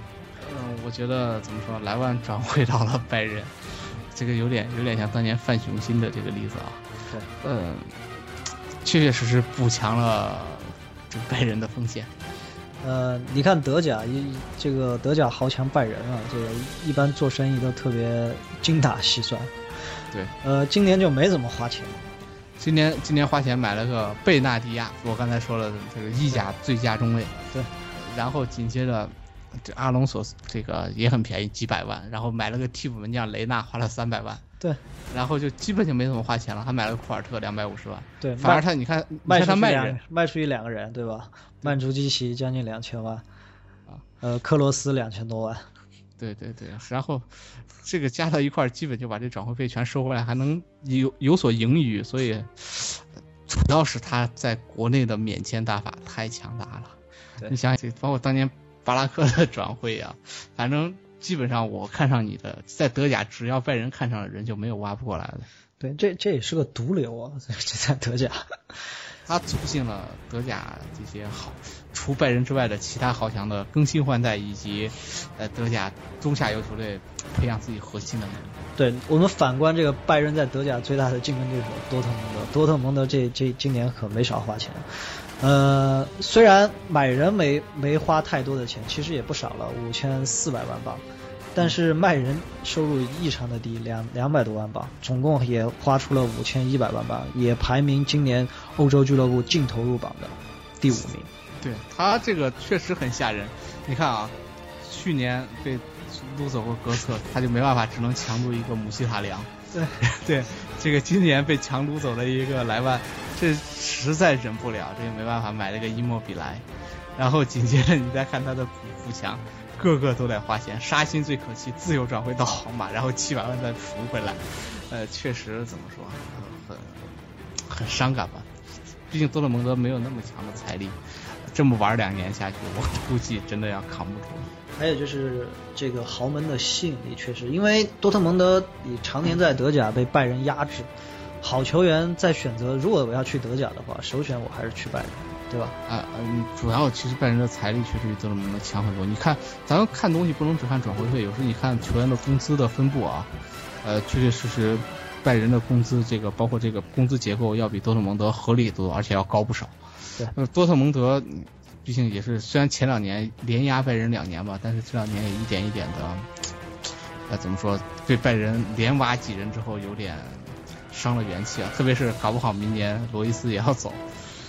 S2: 嗯，我觉得怎么说，莱万转会到了拜仁，这个有点有点像当年范雄心的这个例子啊。
S1: 对，
S2: 嗯，确确实实补强了这个拜仁的锋线。
S1: 呃，你看德甲一这个德甲豪强拜仁啊，这个一般做生意都特别精打细算。
S2: 对，
S1: 呃，今年就没怎么花钱。
S2: 今年今年花钱买了个贝纳迪亚，我刚才说了这个意甲最佳中卫。
S1: 对，
S2: 然后紧接着这阿隆索这个也很便宜，几百万，然后买了个替补门将雷纳，花了三百万。
S1: 对，
S2: 然后就基本就没怎么花钱了，还买了个库尔特两百五十万。
S1: 对，
S2: 反而他你看
S1: 卖
S2: 你看他卖人
S1: 卖出去两个人，对吧？曼朱基奇将近两千万，啊，呃，克罗斯两千多万。
S2: 对对对，然后这个加到一块，基本就把这转会费全收回来，还能有有所盈余，所以主要是他在国内的免签打法太强大了。你想想，包括当年巴拉克的转会啊，反正基本上我看上你的，在德甲只要拜仁看上的人就没有挖不过来的。
S1: 对，这这也是个毒瘤啊，这在德甲。
S2: 他促进了德甲这些好除拜仁之外的其他豪强的更新换代，以及呃德甲中下游球队培养自己核心的能力。
S1: 对，我们反观这个拜仁在德甲最大的竞争对手多特蒙德，多特蒙德这这今年可没少花钱。呃，虽然买人没没花太多的钱，其实也不少了，五千四百万镑。但是卖人收入异常的低，两两百多万镑，总共也花出了五千一百万镑，也排名今年欧洲俱乐部净投入榜的第五名。
S2: 对，他这个确实很吓人。你看啊，去年被撸走过格策，他就没办法，只能强撸一个姆希塔良。
S1: 对
S2: 对，这个今年被强撸走了一个莱万，这实在忍不了，这个没办法，买了个伊莫比莱。然后紧接着你再看他的补补强。个个都得花钱，沙欣最可惜，自由转会到皇马，然后七百万再赎回来，呃，确实怎么说，很很伤感吧。毕竟多特蒙德没有那么强的财力，这么玩两年下去，我估计真的要扛不住。
S1: 还有就是这个豪门的吸引力，确实，因为多特蒙德你常年在德甲被拜仁压制，好球员在选择，如果我要去德甲的话，首选我还是去拜仁。对吧？
S2: 啊嗯，主要其实拜仁的财力确实比多特蒙德强很多。你看，咱们看东西不能只看转会费，有时候你看球员的工资的分布啊，呃，确确实实，拜仁的工资这个包括这个工资结构要比多特蒙德合理多，而且要高不少。
S1: 对，
S2: 呃，多特蒙德毕竟也是虽然前两年连压拜仁两年吧，但是这两年也一点一点的，呃，怎么说，对拜仁连挖几人之后有点伤了元气啊，特别是搞不好明年罗伊斯也要走。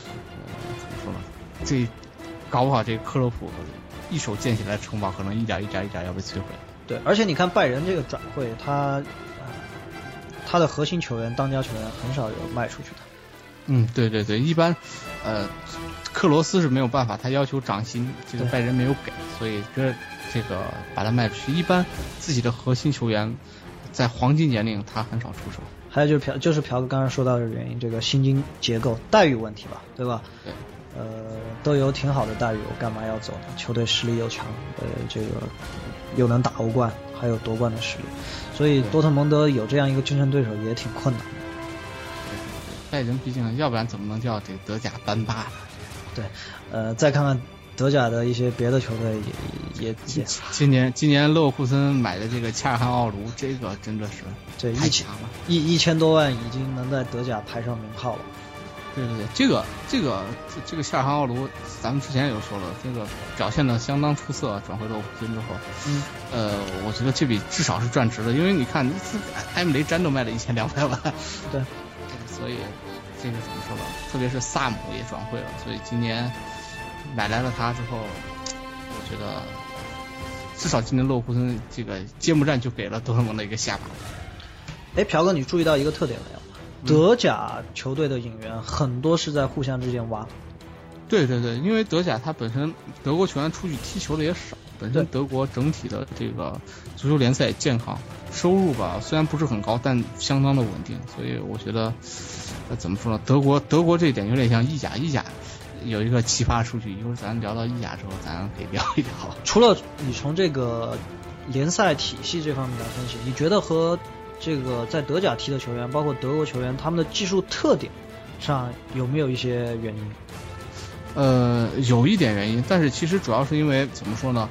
S2: 这搞不好这个克洛普一手建起来的城堡可能一点一点一点要被摧毁。
S1: 对，而且你看拜仁这个转会，他、呃、他的核心球员当家球员很少有卖出去的。
S2: 嗯，对对对，一般呃克罗斯是没有办法，他要求涨薪，这个拜仁没有给，所以这这个把他卖出去。一般自己的核心球员在黄金年龄他很少出手。
S1: 还有就是朴就是朴哥刚刚说到的原因，这个薪金结构待遇问题吧，对吧？
S2: 对。
S1: 呃，都有挺好的待遇，我干嘛要走呢？球队实力又强，呃，这个又能打欧冠，还有夺冠的实力，所以多特蒙德有这样一个竞争对手也挺困难的。
S2: 拜仁毕竟，要不然怎么能叫这个德甲班霸呢？
S1: 对，呃，再看看德甲的一些别的球队也也也。
S2: 今年今年勒沃库森买的这个恰尔汗奥卢，这个真的是
S1: 这
S2: 太强了，
S1: 一一千多万已经能在德甲排上名号了。
S2: 对对对，这个这个这个夏尔汗奥卢，咱们之前有说了，这个表现的相当出色，转回勒沃库森之后，
S1: 嗯，
S2: 呃，我觉得这笔至少是赚值的，因为你看，埃姆雷詹都卖了一千两百万，
S1: 对，
S2: 所以这个怎么说呢？特别是萨姆也转会了，所以今年买来了他之后，我觉得至少今年勒沃库森这个揭幕战就给了多特蒙德一个下巴。
S1: 哎，朴哥，你注意到一个特点没有？德甲球队的引援很多是在互相之间挖。
S2: 对对对，因为德甲它本身德国球员出去踢球的也少，本身德国整体的这个足球联赛也健康，收入吧虽然不是很高，但相当的稳定，所以我觉得呃怎么说呢，德国德国这一点有点像意甲，意甲有一个奇葩数据，一会儿咱聊到意甲之后咱可以聊一聊。
S1: 除了你从这个联赛体系这方面来分析，你觉得和这个在德甲踢的球员，包括德国球员，他们的技术特点上有没有一些原因？
S2: 呃，有一点原因，但是其实主要是因为怎么说呢？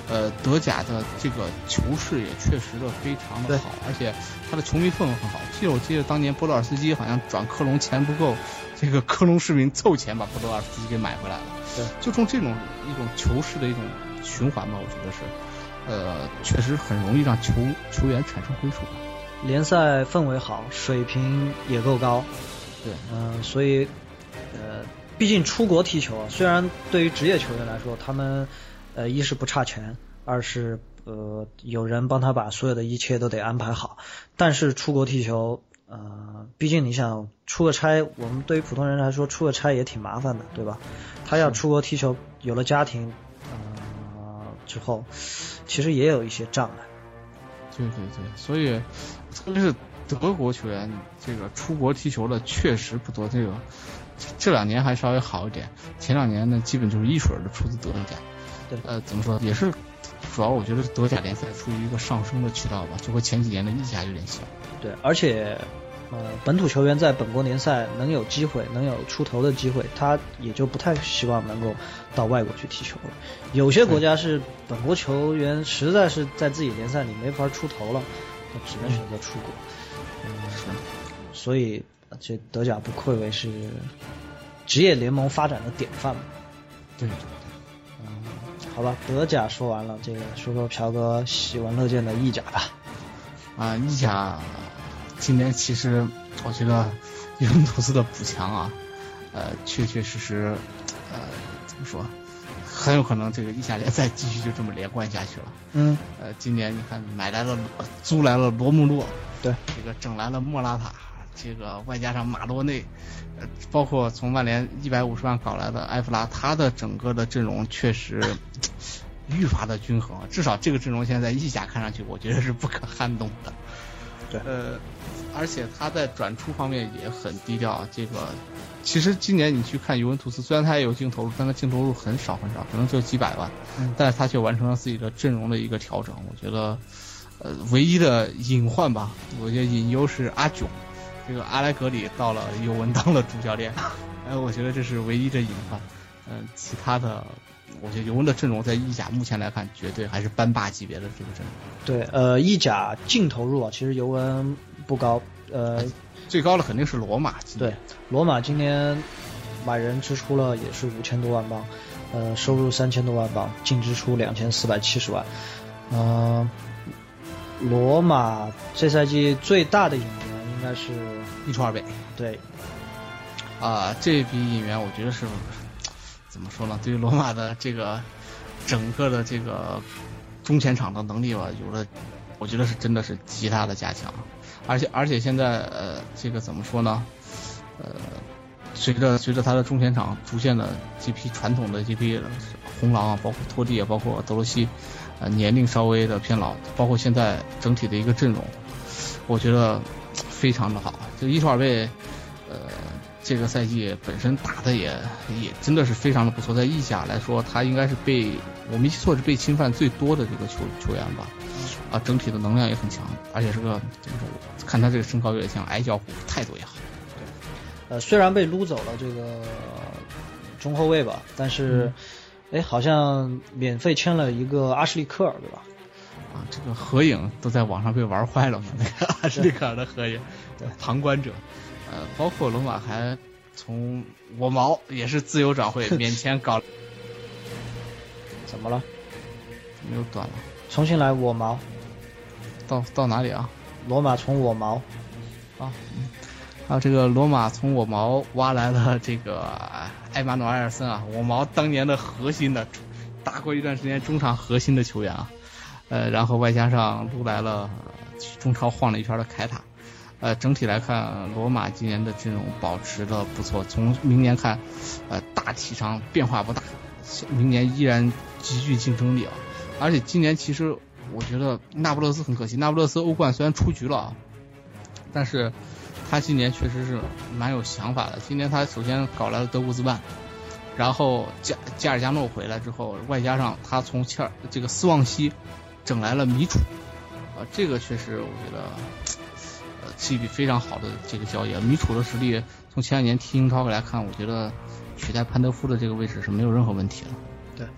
S2: 呃，德甲的这个球势也确实的非常的好，而且他的球迷氛围很好。记得我记得当年波多尔斯基好像转科隆钱不够，这个科隆市民凑钱把波多尔斯基给买回来了。
S1: 对，
S2: 就从这种一种球势的一种循环吧，我觉得是，呃，确实很容易让球球员产生归属感。
S1: 联赛氛围好，水平也够高。
S2: 对，
S1: 嗯、呃，所以，呃，毕竟出国踢球啊，虽然对于职业球员来说，他们。呃，一是不差钱，二是呃有人帮他把所有的一切都得安排好。但是出国踢球，呃，毕竟你想出个差，我们对于普通人来说出个差也挺麻烦的，对吧？他要出国踢球，有了家庭，呃之后，其实也有一些障碍。
S2: 对对对，所以特别是德国球员，这个出国踢球的确实不多。这个这两年还稍微好一点，前两年呢，基本就是一水儿的出自德甲。
S1: 对，
S2: 呃，怎么说，也是主要我觉得德甲联赛处于一个上升的渠道吧，就和前几年的意甲有点像。
S1: 对，而且呃，本土球员在本国联赛能有机会，能有出头的机会，他也就不太希望能够到外国去踢球了。有些国家是本国球员实在是在自己联赛里没法出头了，他只能选择出国。嗯，是。所以这德甲不愧为是职业联盟发展的典范嘛。
S2: 对。
S1: 好吧，德甲说完了，这个说说朴哥喜闻乐见的意甲吧。
S2: 啊，意甲今年其实我觉得尤文图斯的补强啊，呃，确确实实，呃，怎么说，很有可能这个意甲联赛继续就这么连贯下去了。
S1: 嗯。
S2: 呃，今年你看买来了，租来了罗穆洛，
S1: 对，
S2: 这个整来了莫拉塔，这个外加上马洛内。呃，包括从曼联一百五十万搞来的埃弗拉，他的整个的阵容确实愈发的均衡，至少这个阵容现在在意甲看上去，我觉得是不可撼动的。
S1: 对，
S2: 呃，而且他在转出方面也很低调。这个其实今年你去看尤文图斯，虽然他也有净投入，但他净投入很少很少，可能只有几百万，
S1: 嗯，
S2: 但是他却完成了自己的阵容的一个调整。我觉得，呃，唯一的隐患吧，我觉得隐忧是阿囧。这个阿莱格里到了尤文当了主教练，哎，我觉得这是唯一的隐患。嗯、呃，其他的，我觉得尤文的阵容在意甲目前来看，绝对还是班霸级别的这个阵容。
S1: 对，呃，意甲净投入啊，其实尤文不高，呃，
S2: 最高的肯定是罗马。
S1: 对，罗马今年买人支出了也是五千多万镑，呃，收入三千多万镑，净支出两千四百七十万。嗯、呃，罗马这赛季最大的引援应该是
S2: 伊图尔贝。
S1: 对，
S2: 啊、呃，这笔引援我觉得是怎么说呢？对于罗马的这个整个的这个中前场的能力吧，有了，我觉得是真的是极大的加强。而且而且现在呃，这个怎么说呢？呃，随着随着他的中前场逐渐的这批传统的这批红狼啊，包括托蒂也包括德罗西，呃，年龄稍微的偏老，包括现在整体的一个阵容，我觉得非常的好。这伊图尔贝，呃，这个赛季本身打的也也真的是非常的不错，在意甲来说，他应该是被我没记错是被侵犯最多的这个球球员吧。啊，整体的能量也很强，而且是个怎么说？看他这个身高有点像矮脚虎，态度也好。
S1: 对，呃，虽然被撸走了这个中后卫吧，但是，哎、嗯，好像免费签了一个阿什利科尔，对吧？
S2: 啊，这个合影都在网上被玩坏了嘛？那个阿什利科尔的合影，
S1: 对，
S2: 旁观者，呃，包括罗马还从我毛也是自由转会免签搞，
S1: 怎么了？
S2: 没有断了。
S1: 重新来，我毛，
S2: 到到哪里啊？
S1: 罗马从我毛，
S2: 啊，嗯，还有这个罗马从我毛挖来了这个埃马努埃尔森啊，我毛当年的核心的，打过一段时间中场核心的球员啊，呃，然后外加上撸来了中超晃了一圈的凯塔，呃，整体来看，罗马今年的阵容保持的不错，从明年看，呃，大体上变化不大，明年依然极具竞争力啊。而且今年其实我觉得那不勒斯很可惜，那不勒斯欧冠虽然出局了啊，但是他今年确实是蛮有想法的。今年他首先搞来了德古兹曼，然后加加尔加诺回来之后，外加上他从切尔这个斯旺西整来了米楚，啊、呃，这个确实我觉得呃是一笔非常好的这个交易。米楚的实力从前两年踢英超来看，我觉得取代潘德夫的这个位置是没有任何问题的。
S1: 对。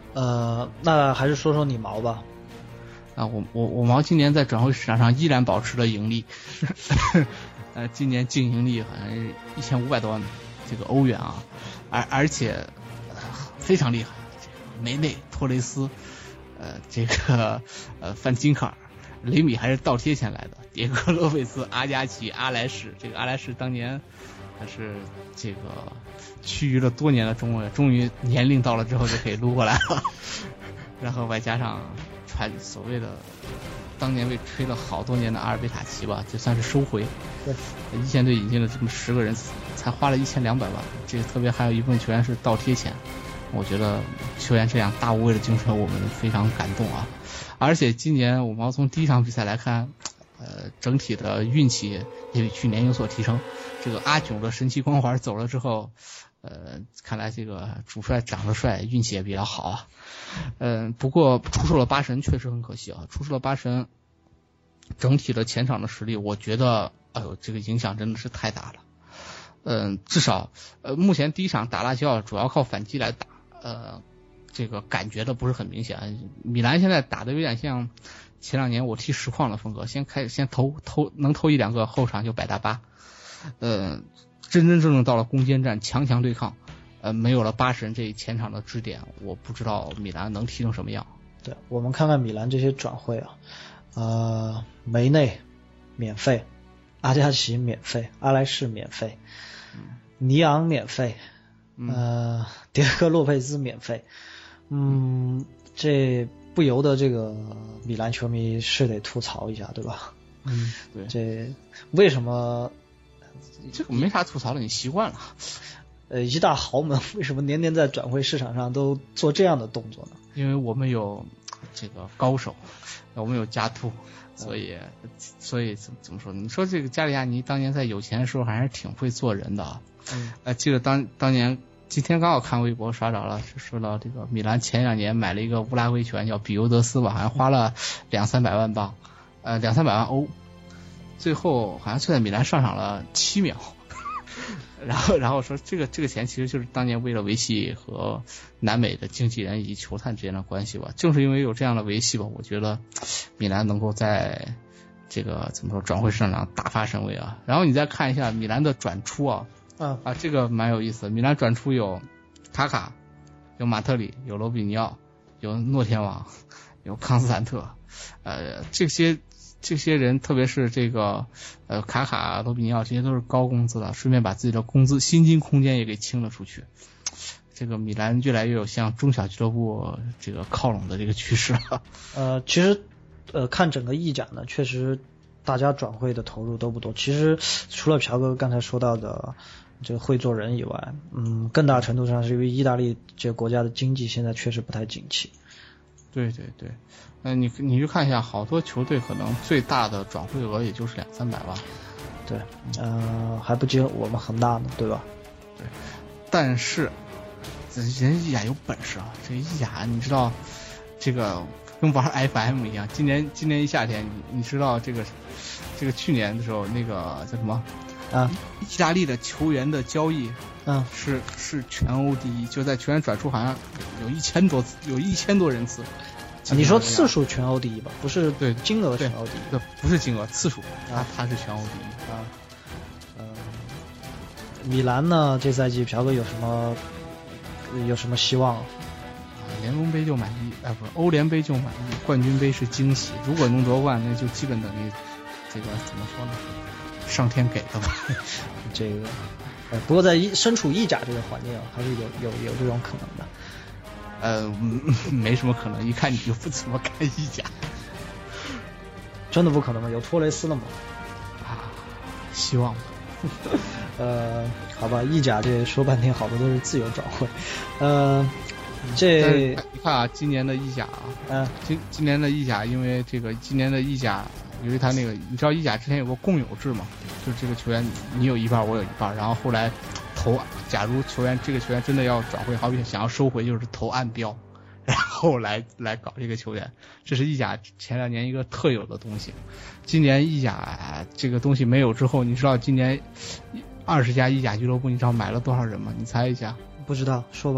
S1: 呃，那还是说说你毛吧。
S2: 啊，我我我毛今年在转会市场上依然保持了盈利，呃，今年净盈利好像是一千五百多万这个欧元啊，而而且、呃、非常厉害，这个梅内、托雷斯，呃，这个呃范金卡尔、雷米还是倒贴钱来的，迭戈洛佩斯、阿加奇、阿莱什，这个阿莱什当年还是这个趋于了多年的中卫，终于年龄到了之后就可以撸过来了，然后外加上。传所谓的当年被吹了好多年的阿尔贝塔奇吧，就算是收回。
S1: 对，
S2: 一线队引进了这么十个人，才花了一千两百万，这个特别还有一部分球员是倒贴钱。我觉得球员这样大无畏的精神，我们非常感动啊！而且今年我们要从第一场比赛来看，呃，整体的运气也比去年有所提升。这个阿囧的神奇光环走了之后。呃，看来这个主帅长得帅，运气也比较好啊。嗯、呃，不过出售了巴神确实很可惜啊，出售了巴神，整体的前场的实力，我觉得，哎呦，这个影响真的是太大了。嗯、呃，至少，呃，目前第一场打辣椒主要靠反击来打，呃，这个感觉的不是很明显。米兰现在打的有点像前两年我踢实况的风格，先开先投投能投一两个，后场就摆大巴，呃。真真正正到了攻坚战，强强对抗，呃，没有了巴神这前场的支点，我不知道米兰能踢成什么样。
S1: 对，我们看看米兰这些转会啊，呃，梅内免费，阿加奇免费，阿莱士免费，嗯、尼昂免费，呃，迭戈洛佩斯免费，嗯，这不由得这个米兰球迷是得吐槽一下，对吧？
S2: 嗯，对，
S1: 这为什么？
S2: 这个没啥吐槽的，你习惯了。
S1: 呃，一大豪门为什么年年在转会市场上都做这样的动作呢？
S2: 因为我们有这个高手，我们有加图，所以、嗯、所以怎么怎么说？你说这个加里亚尼当年在有钱的时候还是挺会做人的啊。嗯，呃，记得当当年今天刚好看微博刷着了，是说到这个米兰前两年买了一个乌拉圭球员叫比尤德斯吧，好像花了两三百万镑，呃，两三百万欧。最后好像就在米兰上场了七秒，然后然后说这个这个钱其实就是当年为了维系和南美的经纪人以及球探之间的关系吧。正是因为有这样的维系吧，我觉得米兰能够在这个怎么说转会市场上大发神威啊。然后你再看一下米兰的转出啊，
S1: 嗯
S2: 啊这个蛮有意思的。米兰转出有卡卡，有马特里，有罗比尼奥，有诺天王，有康斯坦特，呃这些。这些人，特别是这个呃卡卡、罗比尼奥，这些都是高工资的，顺便把自己的工资薪金空间也给清了出去。这个米兰越来越有向中小俱乐部这个靠拢的这个趋势了。
S1: 呃，其实呃看整个意甲呢，确实大家转会的投入都不多。其实除了朴哥刚才说到的这个会做人以外，嗯，更大程度上是因为意大利这个国家的经济现在确实不太景气。
S2: 对对对，呃，你你去看一下，好多球队可能最大的转会额也就是两三百万，
S1: 对，呃，还不及我们恒大呢，对吧？
S2: 对，但是人意甲有本事啊，这个意甲你知道，这个跟玩 F M 一样，今年今年一夏天，你你知道这个这个去年的时候那个叫什么
S1: 啊？
S2: 意大利的球员的交易。
S1: 嗯，
S2: 是是全欧第一，就在球员转出好像有一千多次，有一千多人次。
S1: 你说次数全欧第一吧，不是
S2: 对
S1: 金额全欧第一，
S2: 对，不是金额，次数，他他是全欧第一
S1: 啊。嗯、呃，米兰呢，这赛季朴哥有什么有什么希望啊？
S2: 联盟杯就满意，哎，不是欧联杯就满意，冠军杯是惊喜。如果能夺冠，那就基本等于这个怎么说呢？上天给的吧。
S1: 这个。呃，不过在身处意甲这个环境啊，还是有有有这种可能的。
S2: 呃，没什么可能，一看你就不怎么看意甲。
S1: 真的不可能吗？有托雷斯了吗？
S2: 啊，希望吧。
S1: 呃，好吧，意甲这说半天好多都是自由转会。呃，这
S2: 你看啊，今年的意甲啊，
S1: 嗯、呃，
S2: 今今年的意甲，因为这个今年的意甲。因为他那个，你知道意甲之前有个共有制嘛，就是这个球员你有一半我有一半，然后后来投，假如球员这个球员真的要转会，好比想要收回，就是投暗标，然后来来搞这个球员，这是意甲前两年一个特有的东西。今年意甲这个东西没有之后，你知道今年二十家意甲俱乐部，你知道买了多少人吗？你猜一下？
S1: 不知道，说吧。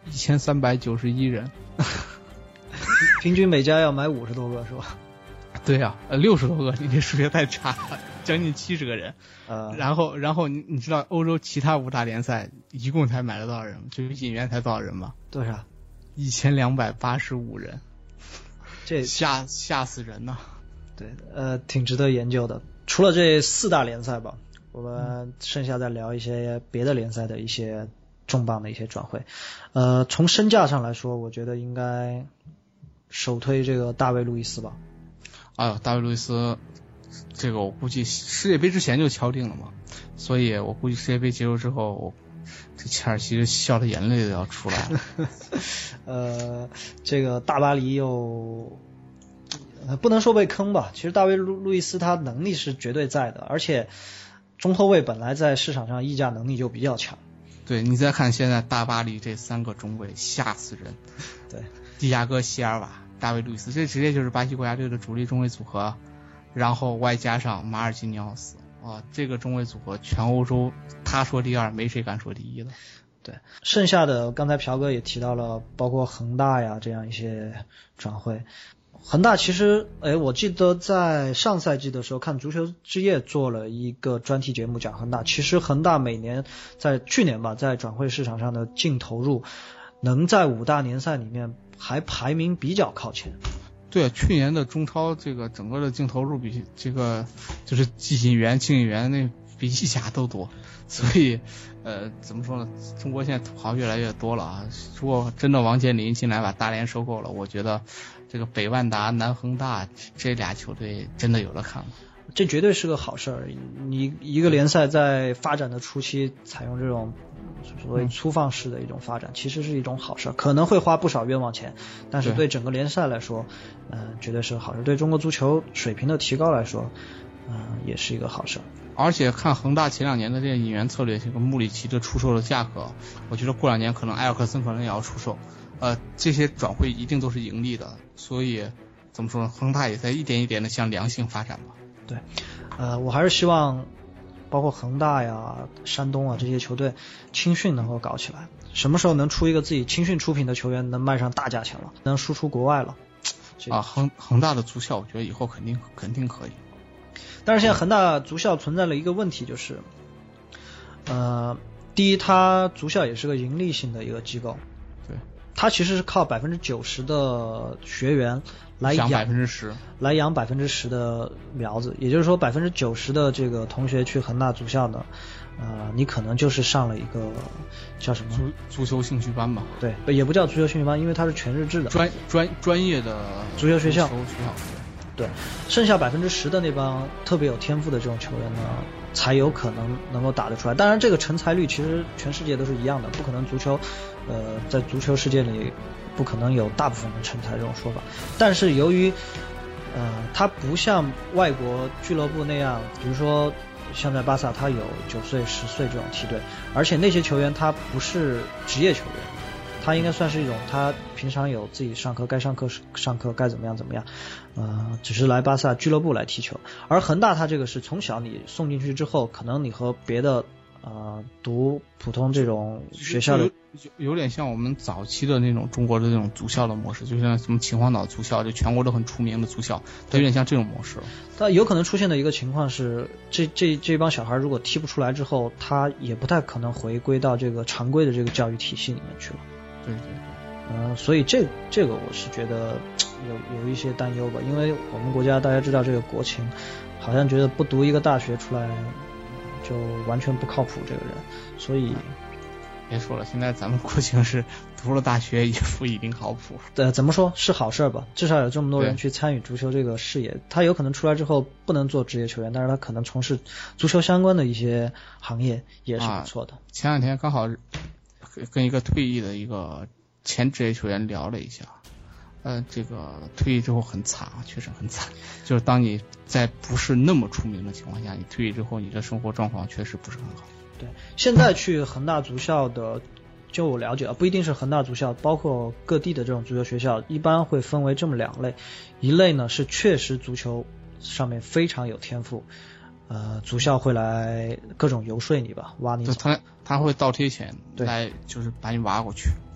S2: 一千三百九十一人，
S1: 平均每家要买五十多个是吧？
S2: 对呀、啊，呃，六十多个，你这数学太差了，将近七十个人。
S1: 呃，
S2: 然后，然后你你知道欧洲其他五大联赛一共才买了多少人？就是引援才多少人吗？
S1: 多少？
S2: 一千两百八十五人，
S1: 这
S2: 吓吓死人呐！
S1: 对，呃，挺值得研究的。除了这四大联赛吧，我们剩下再聊一些别的联赛的一些重磅的一些转会。呃，从身价上来说，我觉得应该首推这个大卫·路易斯吧。
S2: 哎呦，大卫·路易斯，这个我估计世界杯之前就敲定了嘛，所以我估计世界杯结束之后，我这切尔西笑的眼泪都要出来了。
S1: 呃，这个大巴黎又不能说被坑吧，其实大卫·路路易斯他能力是绝对在的，而且中后卫本来在市场上溢价能力就比较强。
S2: 对，你再看现在大巴黎这三个中卫，吓死人。
S1: 对，
S2: 蒂亚戈·席尔瓦、大卫·路易斯，这直接就是巴西国家队的主力中卫组合，然后外加上马尔基尼奥斯，哇，这个中卫组合全欧洲他说第二，没谁敢说第一的。
S1: 对，剩下的刚才朴哥也提到了，包括恒大呀这样一些转会。恒大其实，哎，我记得在上赛季的时候看足球之夜做了一个专题节目讲恒大。其实恒大每年在去年吧，在转会市场上的净投入，能在五大联赛里面还排名比较靠前。
S2: 对，去年的中超这个整个的净投入比这个就是引援、进引援那比意甲都多，所以呃怎么说呢？中国现在土豪越来越多了啊！如果真的王健林进来把大连收购了，我觉得这个北万达、南恒大这俩球队真的有的看了。
S1: 这绝对是个好事儿。你一个联赛在发展的初期采用这种所谓粗放式的一种发展，其实是一种好事儿，可能会花不少冤枉钱，但是对整个联赛来说，嗯、呃，绝对是好事。对中国足球水平的提高来说，嗯、呃，也是一个好事。
S2: 而且看恒大前两年的这个引援策略，这个穆里奇的出售的价格，我觉得过两年可能埃尔克森可能也要出售，呃，这些转会一定都是盈利的，所以怎么说呢？恒大也在一点一点的向良性发展吧。
S1: 对，呃，我还是希望包括恒大呀、山东啊这些球队，青训能够搞起来。什么时候能出一个自己青训出品的球员，能卖上大价钱了，能输出国外了？
S2: 啊，恒恒大的足校，我觉得以后肯定肯定可以。
S1: 但是现在恒大足校存在了一个问题，就是，呃，第一，它足校也是个盈利性的一个机构，
S2: 对，
S1: 它其实是靠百分之九十的学员来养
S2: 百分之十，
S1: 来养百分之十的苗子，也就是说百分之九十的这个同学去恒大足校呢，呃，你可能就是上了一个叫什么
S2: 足足球兴趣班吧？
S1: 对，也不叫足球兴趣班，因为它是全日制的
S2: 专专专业的
S1: 足球学校。
S2: 足球学校
S1: 对，剩下百分之十的那帮特别有天赋的这种球员呢，才有可能能够打得出来。当然，这个成才率其实全世界都是一样的，不可能足球，呃，在足球世界里不可能有大部分的成才这种说法。但是由于，呃，它不像外国俱乐部那样，比如说像在巴萨，他有九岁、十岁这种梯队，而且那些球员他不是职业球员。他应该算是一种，他平常有自己上课，该上课上课，该怎么样怎么样，呃，只是来巴萨俱乐部来踢球。而恒大他这个是从小你送进去之后，可能你和别的呃读普通这种学校的
S2: 有有点像我们早期的那种中国的那种足校的模式，就像什么秦皇岛足校，就全国都很出名的足校，它有点像这种模式。
S1: 但有可能出现的一个情况是，这这这帮小孩如果踢不出来之后，他也不太可能回归到这个常规的这个教育体系里面去了。
S2: 对对对，
S1: 嗯、呃，所以这这个我是觉得有有一些担忧吧，因为我们国家大家知道这个国情，好像觉得不读一个大学出来就完全不靠谱这个人，所以
S2: 别说了，现在咱们国情是读了大学也不一定靠谱。
S1: 呃，怎么说是好事吧？至少有这么多人去参与足球这个事业，他有可能出来之后不能做职业球员，但是他可能从事足球相关的一些行业也是不错的。啊、
S2: 前两天刚好跟一个退役的一个前职业球员聊了一下，呃，这个退役之后很惨啊，确实很惨。就是当你在不是那么出名的情况下，你退役之后，你的生活状况确实不是很好。
S1: 对，现在去恒大足校的，就我了解啊，不一定是恒大足校，包括各地的这种足球学校，一般会分为这么两类，一类呢是确实足球上面非常有天赋。呃，足校会来各种游说你吧，挖你走。
S2: 他他会倒贴钱来，就是把你挖过去。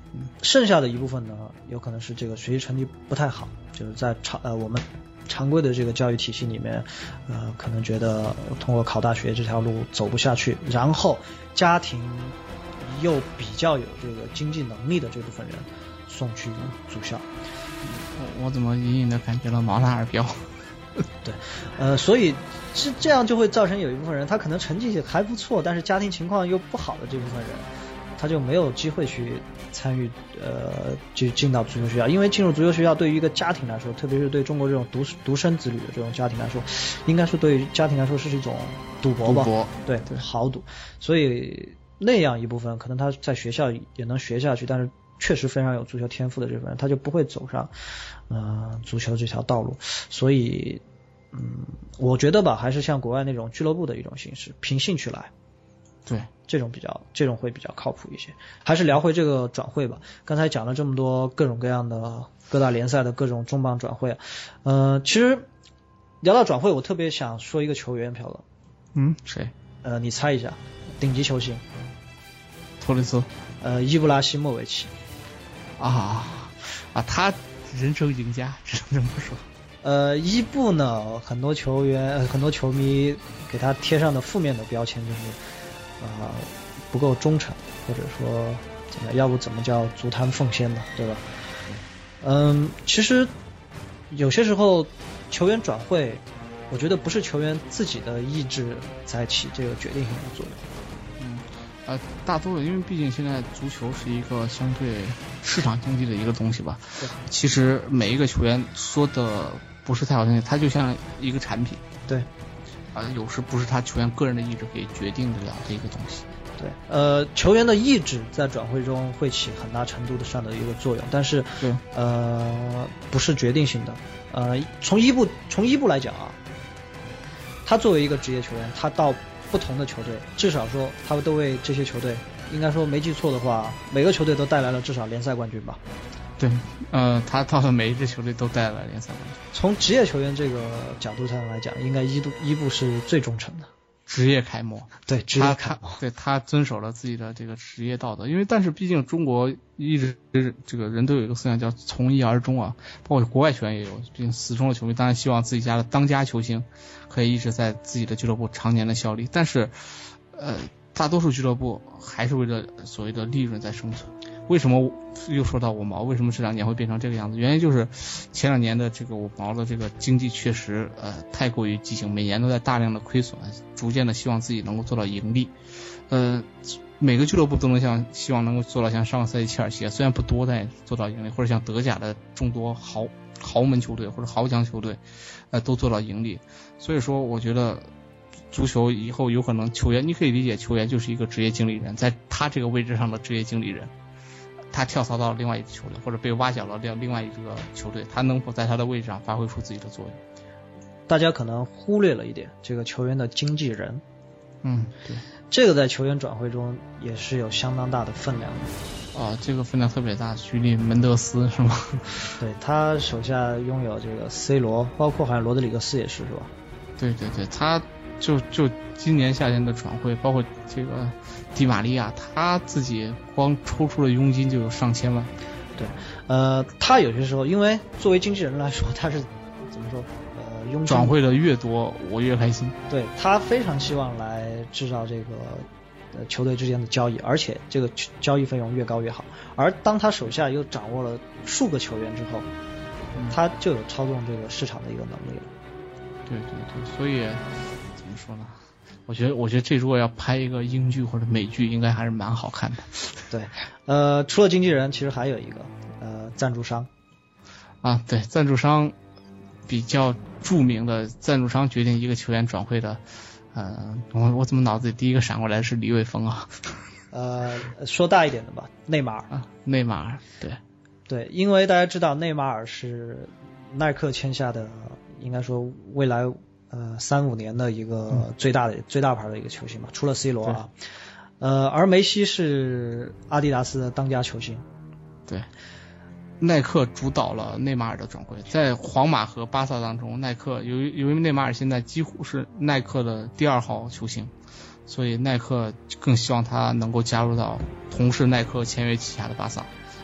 S1: 剩下的一部分呢，有可能是这个学习成绩不太好，就是在常呃我们常规的这个教育体系里面，呃，可能觉得通过考大学这条路走不下去，然后家庭又比较有这个经济能力的这部分人送去祖校。
S2: 我我怎么隐隐的感觉到毛大耳标？
S1: 对，呃，所以是这样就会造成有一部分人，他可能成绩还不错，但是家庭情况又不好的这部分人，他就没有机会去参与，呃，就进到足球学校。因为进入足球学校对于一个家庭来说，特别是对中国这种独独生子女的这种家庭来说，应该是对于家庭来说是一种赌博吧？
S2: 赌博，
S1: 对对，豪赌。所以那样一部分可能他在学校也能学下去，但是确实非常有足球天赋的这部分人，他就不会走上呃足球这条道路。所以嗯，我觉得吧，还是像国外那种俱乐部的一种形式，凭兴趣来。
S2: 对，
S1: 这种比较，这种会比较靠谱一些。还是聊回这个转会吧。刚才讲了这么多各种各样的各大联赛的各种重磅转会，呃，其实聊到转会，我特别想说一个球员，飘了。
S2: 嗯，谁？
S1: 呃，你猜一下，顶级球星。
S2: 托雷斯。
S1: 呃，伊布拉希莫维奇。
S2: 啊啊，他人生赢家，只能这么说。
S1: 呃，伊布呢，很多球员、呃、很多球迷给他贴上的负面的标签就是，呃，不够忠诚，或者说怎么，要不怎么叫足坛奉先呢，对吧？嗯，其实有些时候球员转会，我觉得不是球员自己的意志在起这个决定性的作用。
S2: 嗯，呃，大多数因为毕竟现在足球是一个相对市场经济的一个东西吧。其实每一个球员说的不是太好听，他就像一个产品。
S1: 对。
S2: 啊、呃，有时不是他球员个人的意志可以决定得了的一个东西。
S1: 对，呃，球员的意志在转会中会起很大程度的上的一个作用，但是，
S2: 对，
S1: 呃，不是决定性的。呃，从伊布从伊布来讲啊，他作为一个职业球员，他到不同的球队，至少说他都为这些球队，应该说没记错的话，每个球队都带来了至少联赛冠军吧。
S2: 对，呃，他到了每一支球队都带来了联赛冠军。
S1: 从职业球员这个角度上来讲，应该伊布伊布是最忠诚的。
S2: 职业楷模，
S1: 对，职业楷模，
S2: 对，他遵守了自己的这个职业道德。因为但是毕竟中国一直这个人都有一个思想叫从一而终啊，包括国外球员也有，毕竟死忠的球迷当然希望自己家的当家球星可以一直在自己的俱乐部常年的效力，但是呃大多数俱乐部还是为了所谓的利润在生存。为什么又说到五毛为什么这两年会变成这个样子？原因就是前两年的这个五毛的这个经济确实呃太过于畸形，每年都在大量的亏损，逐渐的希望自己能够做到盈利。呃，每个俱乐部都能像希望能够做到像上个赛季切尔西，虽然不多但也做到盈利，或者像德甲的众多豪豪门球队或者豪强球队，呃都做到盈利。所以说，我觉得足球以后有可能球员，你可以理解球员就是一个职业经理人，在他这个位置上的职业经理人。他跳槽到另外一个球队，或者被挖角了另另外一个球队，他能否在他的位置上发挥出自己的作用？
S1: 大家可能忽略了一点，这个球员的经纪人，
S2: 嗯，对，
S1: 这个在球员转会中也是有相当大的分量的。
S2: 啊，这个分量特别大，举例门德斯是吗？
S1: 对，他手下拥有这个 C 罗，包括好像罗德里格斯也是，是吧？
S2: 对对对，他就就今年夏天的转会，包括这个迪玛利亚，他自己光抽出的佣金就有上千万。
S1: 对，呃，他有些时候，因为作为经纪人来说，他是怎么说？呃，佣金
S2: 转会的越多，我越开心。
S1: 对，他非常希望来制造这个呃球队之间的交易，而且这个交易费用越高越好。而当他手下又掌握了数个球员之后，
S2: 嗯、
S1: 他就有操纵这个市场的一个能力了。
S2: 对对对，所以怎么说呢？我觉得，我觉得这如果要拍一个英剧或者美剧，应该还是蛮好看的。
S1: 对，呃，除了经纪人，其实还有一个呃赞助商。
S2: 啊，对，赞助商比较著名的赞助商决定一个球员转会的，呃，我我怎么脑子里第一个闪过来的是李玮峰啊？
S1: 呃，说大一点的吧，内马尔。
S2: 啊，内马尔，对，
S1: 对，因为大家知道内马尔是耐克签下的，应该说未来。呃，三五年的一个最大的、嗯、最大牌的一个球星吧，除了 C 罗啊，呃，而梅西是阿迪达斯的当家球星。
S2: 对，耐克主导了内马尔的转会，在皇马和巴萨当中，耐克由于由于内马尔现在几乎是耐克的第二号球星，所以耐克更希望他能够加入到同是耐克签约旗下的巴萨。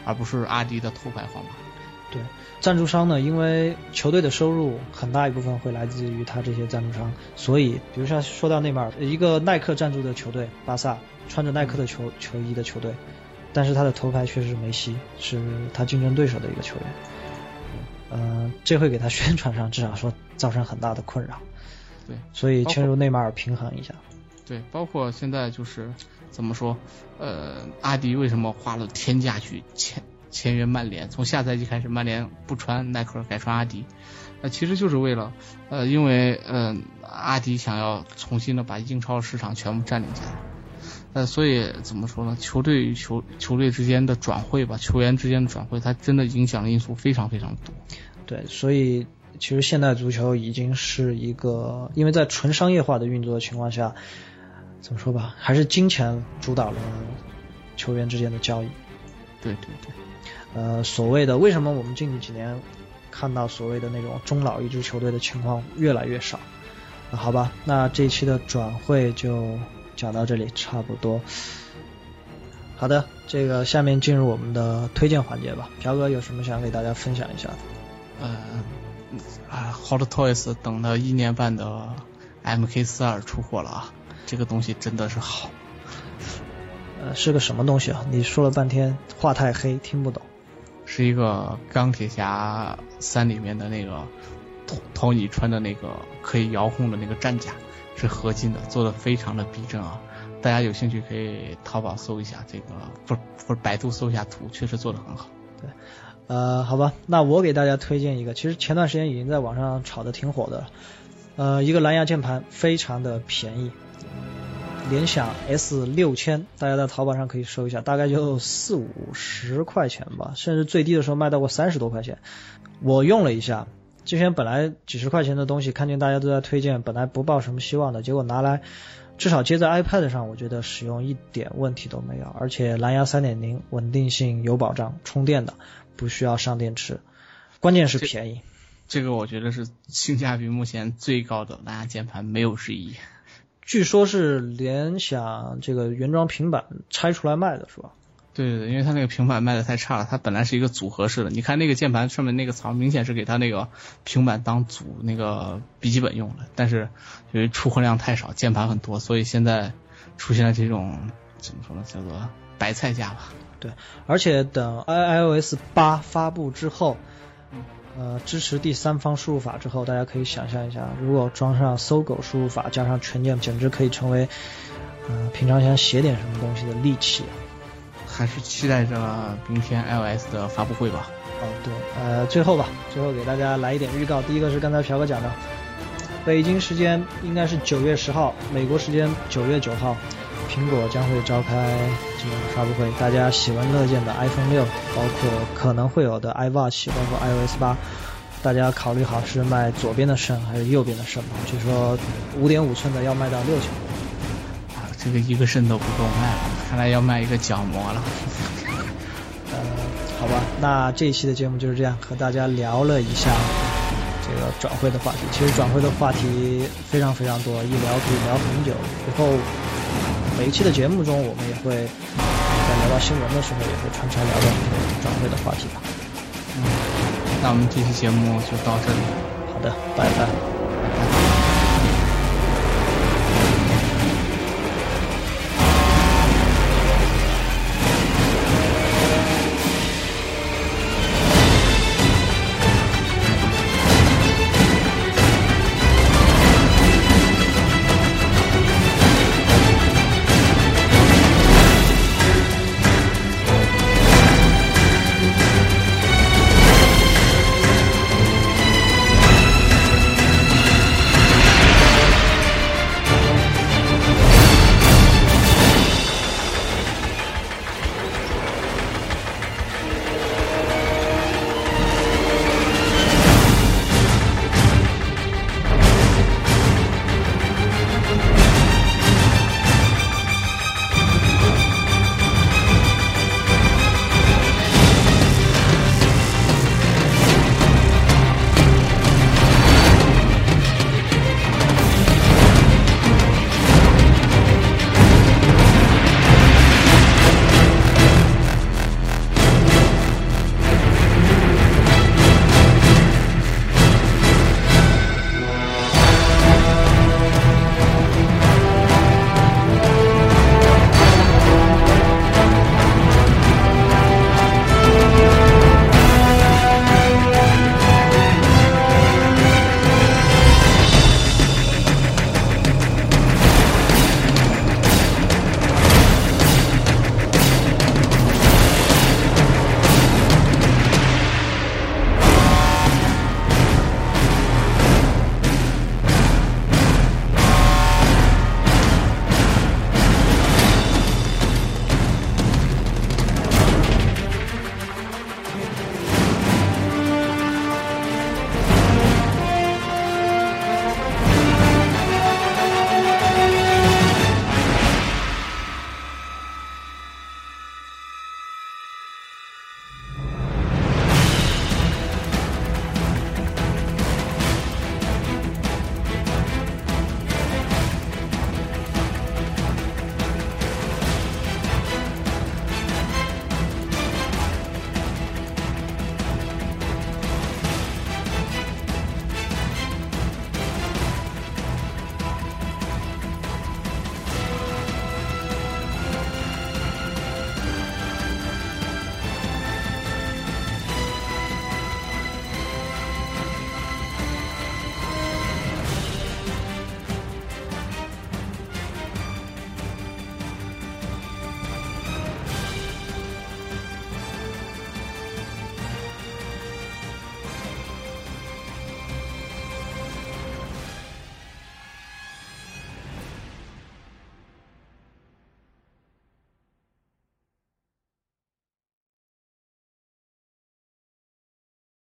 S2: 而不是阿迪的头牌皇马。
S1: 对，赞助商呢，因为球队的收入很大一部分会来自于他这些赞助商，所以比如像说到内马尔，一个耐克赞助的球队巴萨，穿着耐克的球球衣的球队，但是他的头牌却是梅西，是他竞争对手的一个球员，呃，这会给他宣传上至少说造成很大的困扰。
S2: 对，
S1: 所以牵入内马尔平衡一下。
S2: 对，包括现在就是怎么说，呃，阿迪为什么花了天价去签签约曼联？从下赛季开始，曼联不穿耐克改穿阿迪，呃，其实就是为了，呃，因为呃，阿迪想要重新的把英超市场全部占领下来。呃，所以怎么说呢？球队与球球队之间的转会吧，球员之间的转会，它真的影响的因素非常非常多。
S1: 对，所以其实现代足球已经是一个，因为在纯商业化的运作的情况下，怎么说吧，还是金钱主导了球员之间的交易。
S2: 对对对。
S1: 呃，所谓的为什么我们近几年看到所谓的那种中老一支球队的情况越来越少？啊、好吧，那这一期的转会就讲到这里，差不多。好的，这个下面进入我们的推荐环节吧。朴哥有什么想给大家分享一下的？
S2: 呃，啊 ，Hot Toys 等了一年半的 M K 四十二出货了啊，这个东西真的是好。
S1: 呃，是个什么东西啊？你说了半天话太黑，听不懂。
S2: 是一个钢铁侠三里面的那个托尼穿的那个可以遥控的那个战甲，是合金的，做的非常的逼真啊！大家有兴趣可以淘宝搜一下这个，不是不是百度搜一下图，确实做的很好。
S1: 对，呃，好吧，那我给大家推荐一个，其实前段时间已经在网上炒得挺火的了，呃，一个蓝牙键盘非常的便宜，联想 S 六千，大家在淘宝上可以搜一下，大概就四五十块钱吧，甚至最低的时候卖到过三十多块钱。我用了一下，之前本来几十块钱的东西，看见大家都在推荐，本来不抱什么希望的，结果拿来至少接在 iPad 上，我觉得使用一点问题都没有，而且蓝牙 三点零 稳定性有保障，充电的，不需要上电池，关键是便宜。
S2: 这, 这个我觉得是性价比目前最高的蓝牙键盘，没有之一。
S1: 据说是联想这个原装平板拆出来卖的是吧？
S2: 对对对，因为它那个平板卖的太差了，它本来是一个组合式的，你看那个键盘上面那个槽明显是给它那个平板当组那个笔记本用的，但是由于出货量太少，键盘很多，所以现在出现了这种怎么说呢，叫做白菜价吧。
S1: 对，而且等 iOS 八发布之后，呃，支持第三方输入法之后，大家可以想象一下，如果装上搜狗输入法加上全键，简直可以成为呃平常想写点什么东西的利器。
S2: 还是期待着明天 iOS 的发布会吧。
S1: 哦，对，呃，最后吧，最后给大家来一点预告。第一个是刚才朴哥讲的，北京时间应该是九月十号，美国时间九月九号，苹果将会召开这个发布会。大家喜闻乐见的 iPhone 六，包括可能会有的 iWatch， 包括 iOS 八，大家考虑好是卖左边的肾还是右边的肾吧？据说五点五寸的要卖到六千多。
S2: 这个一个肾都不够卖了，看来要卖一个角膜了。
S1: 呃，好吧，那这一期的节目就是这样，和大家聊了一下这个转会的话题。其实转会的话题非常非常多，一聊可以聊很久。以后每一期的节目中，我们也会在聊到新闻的时候，也会穿插聊到这个转会的话题吧。
S2: 嗯，那我们这期节目就到这里。
S1: 好的，拜拜。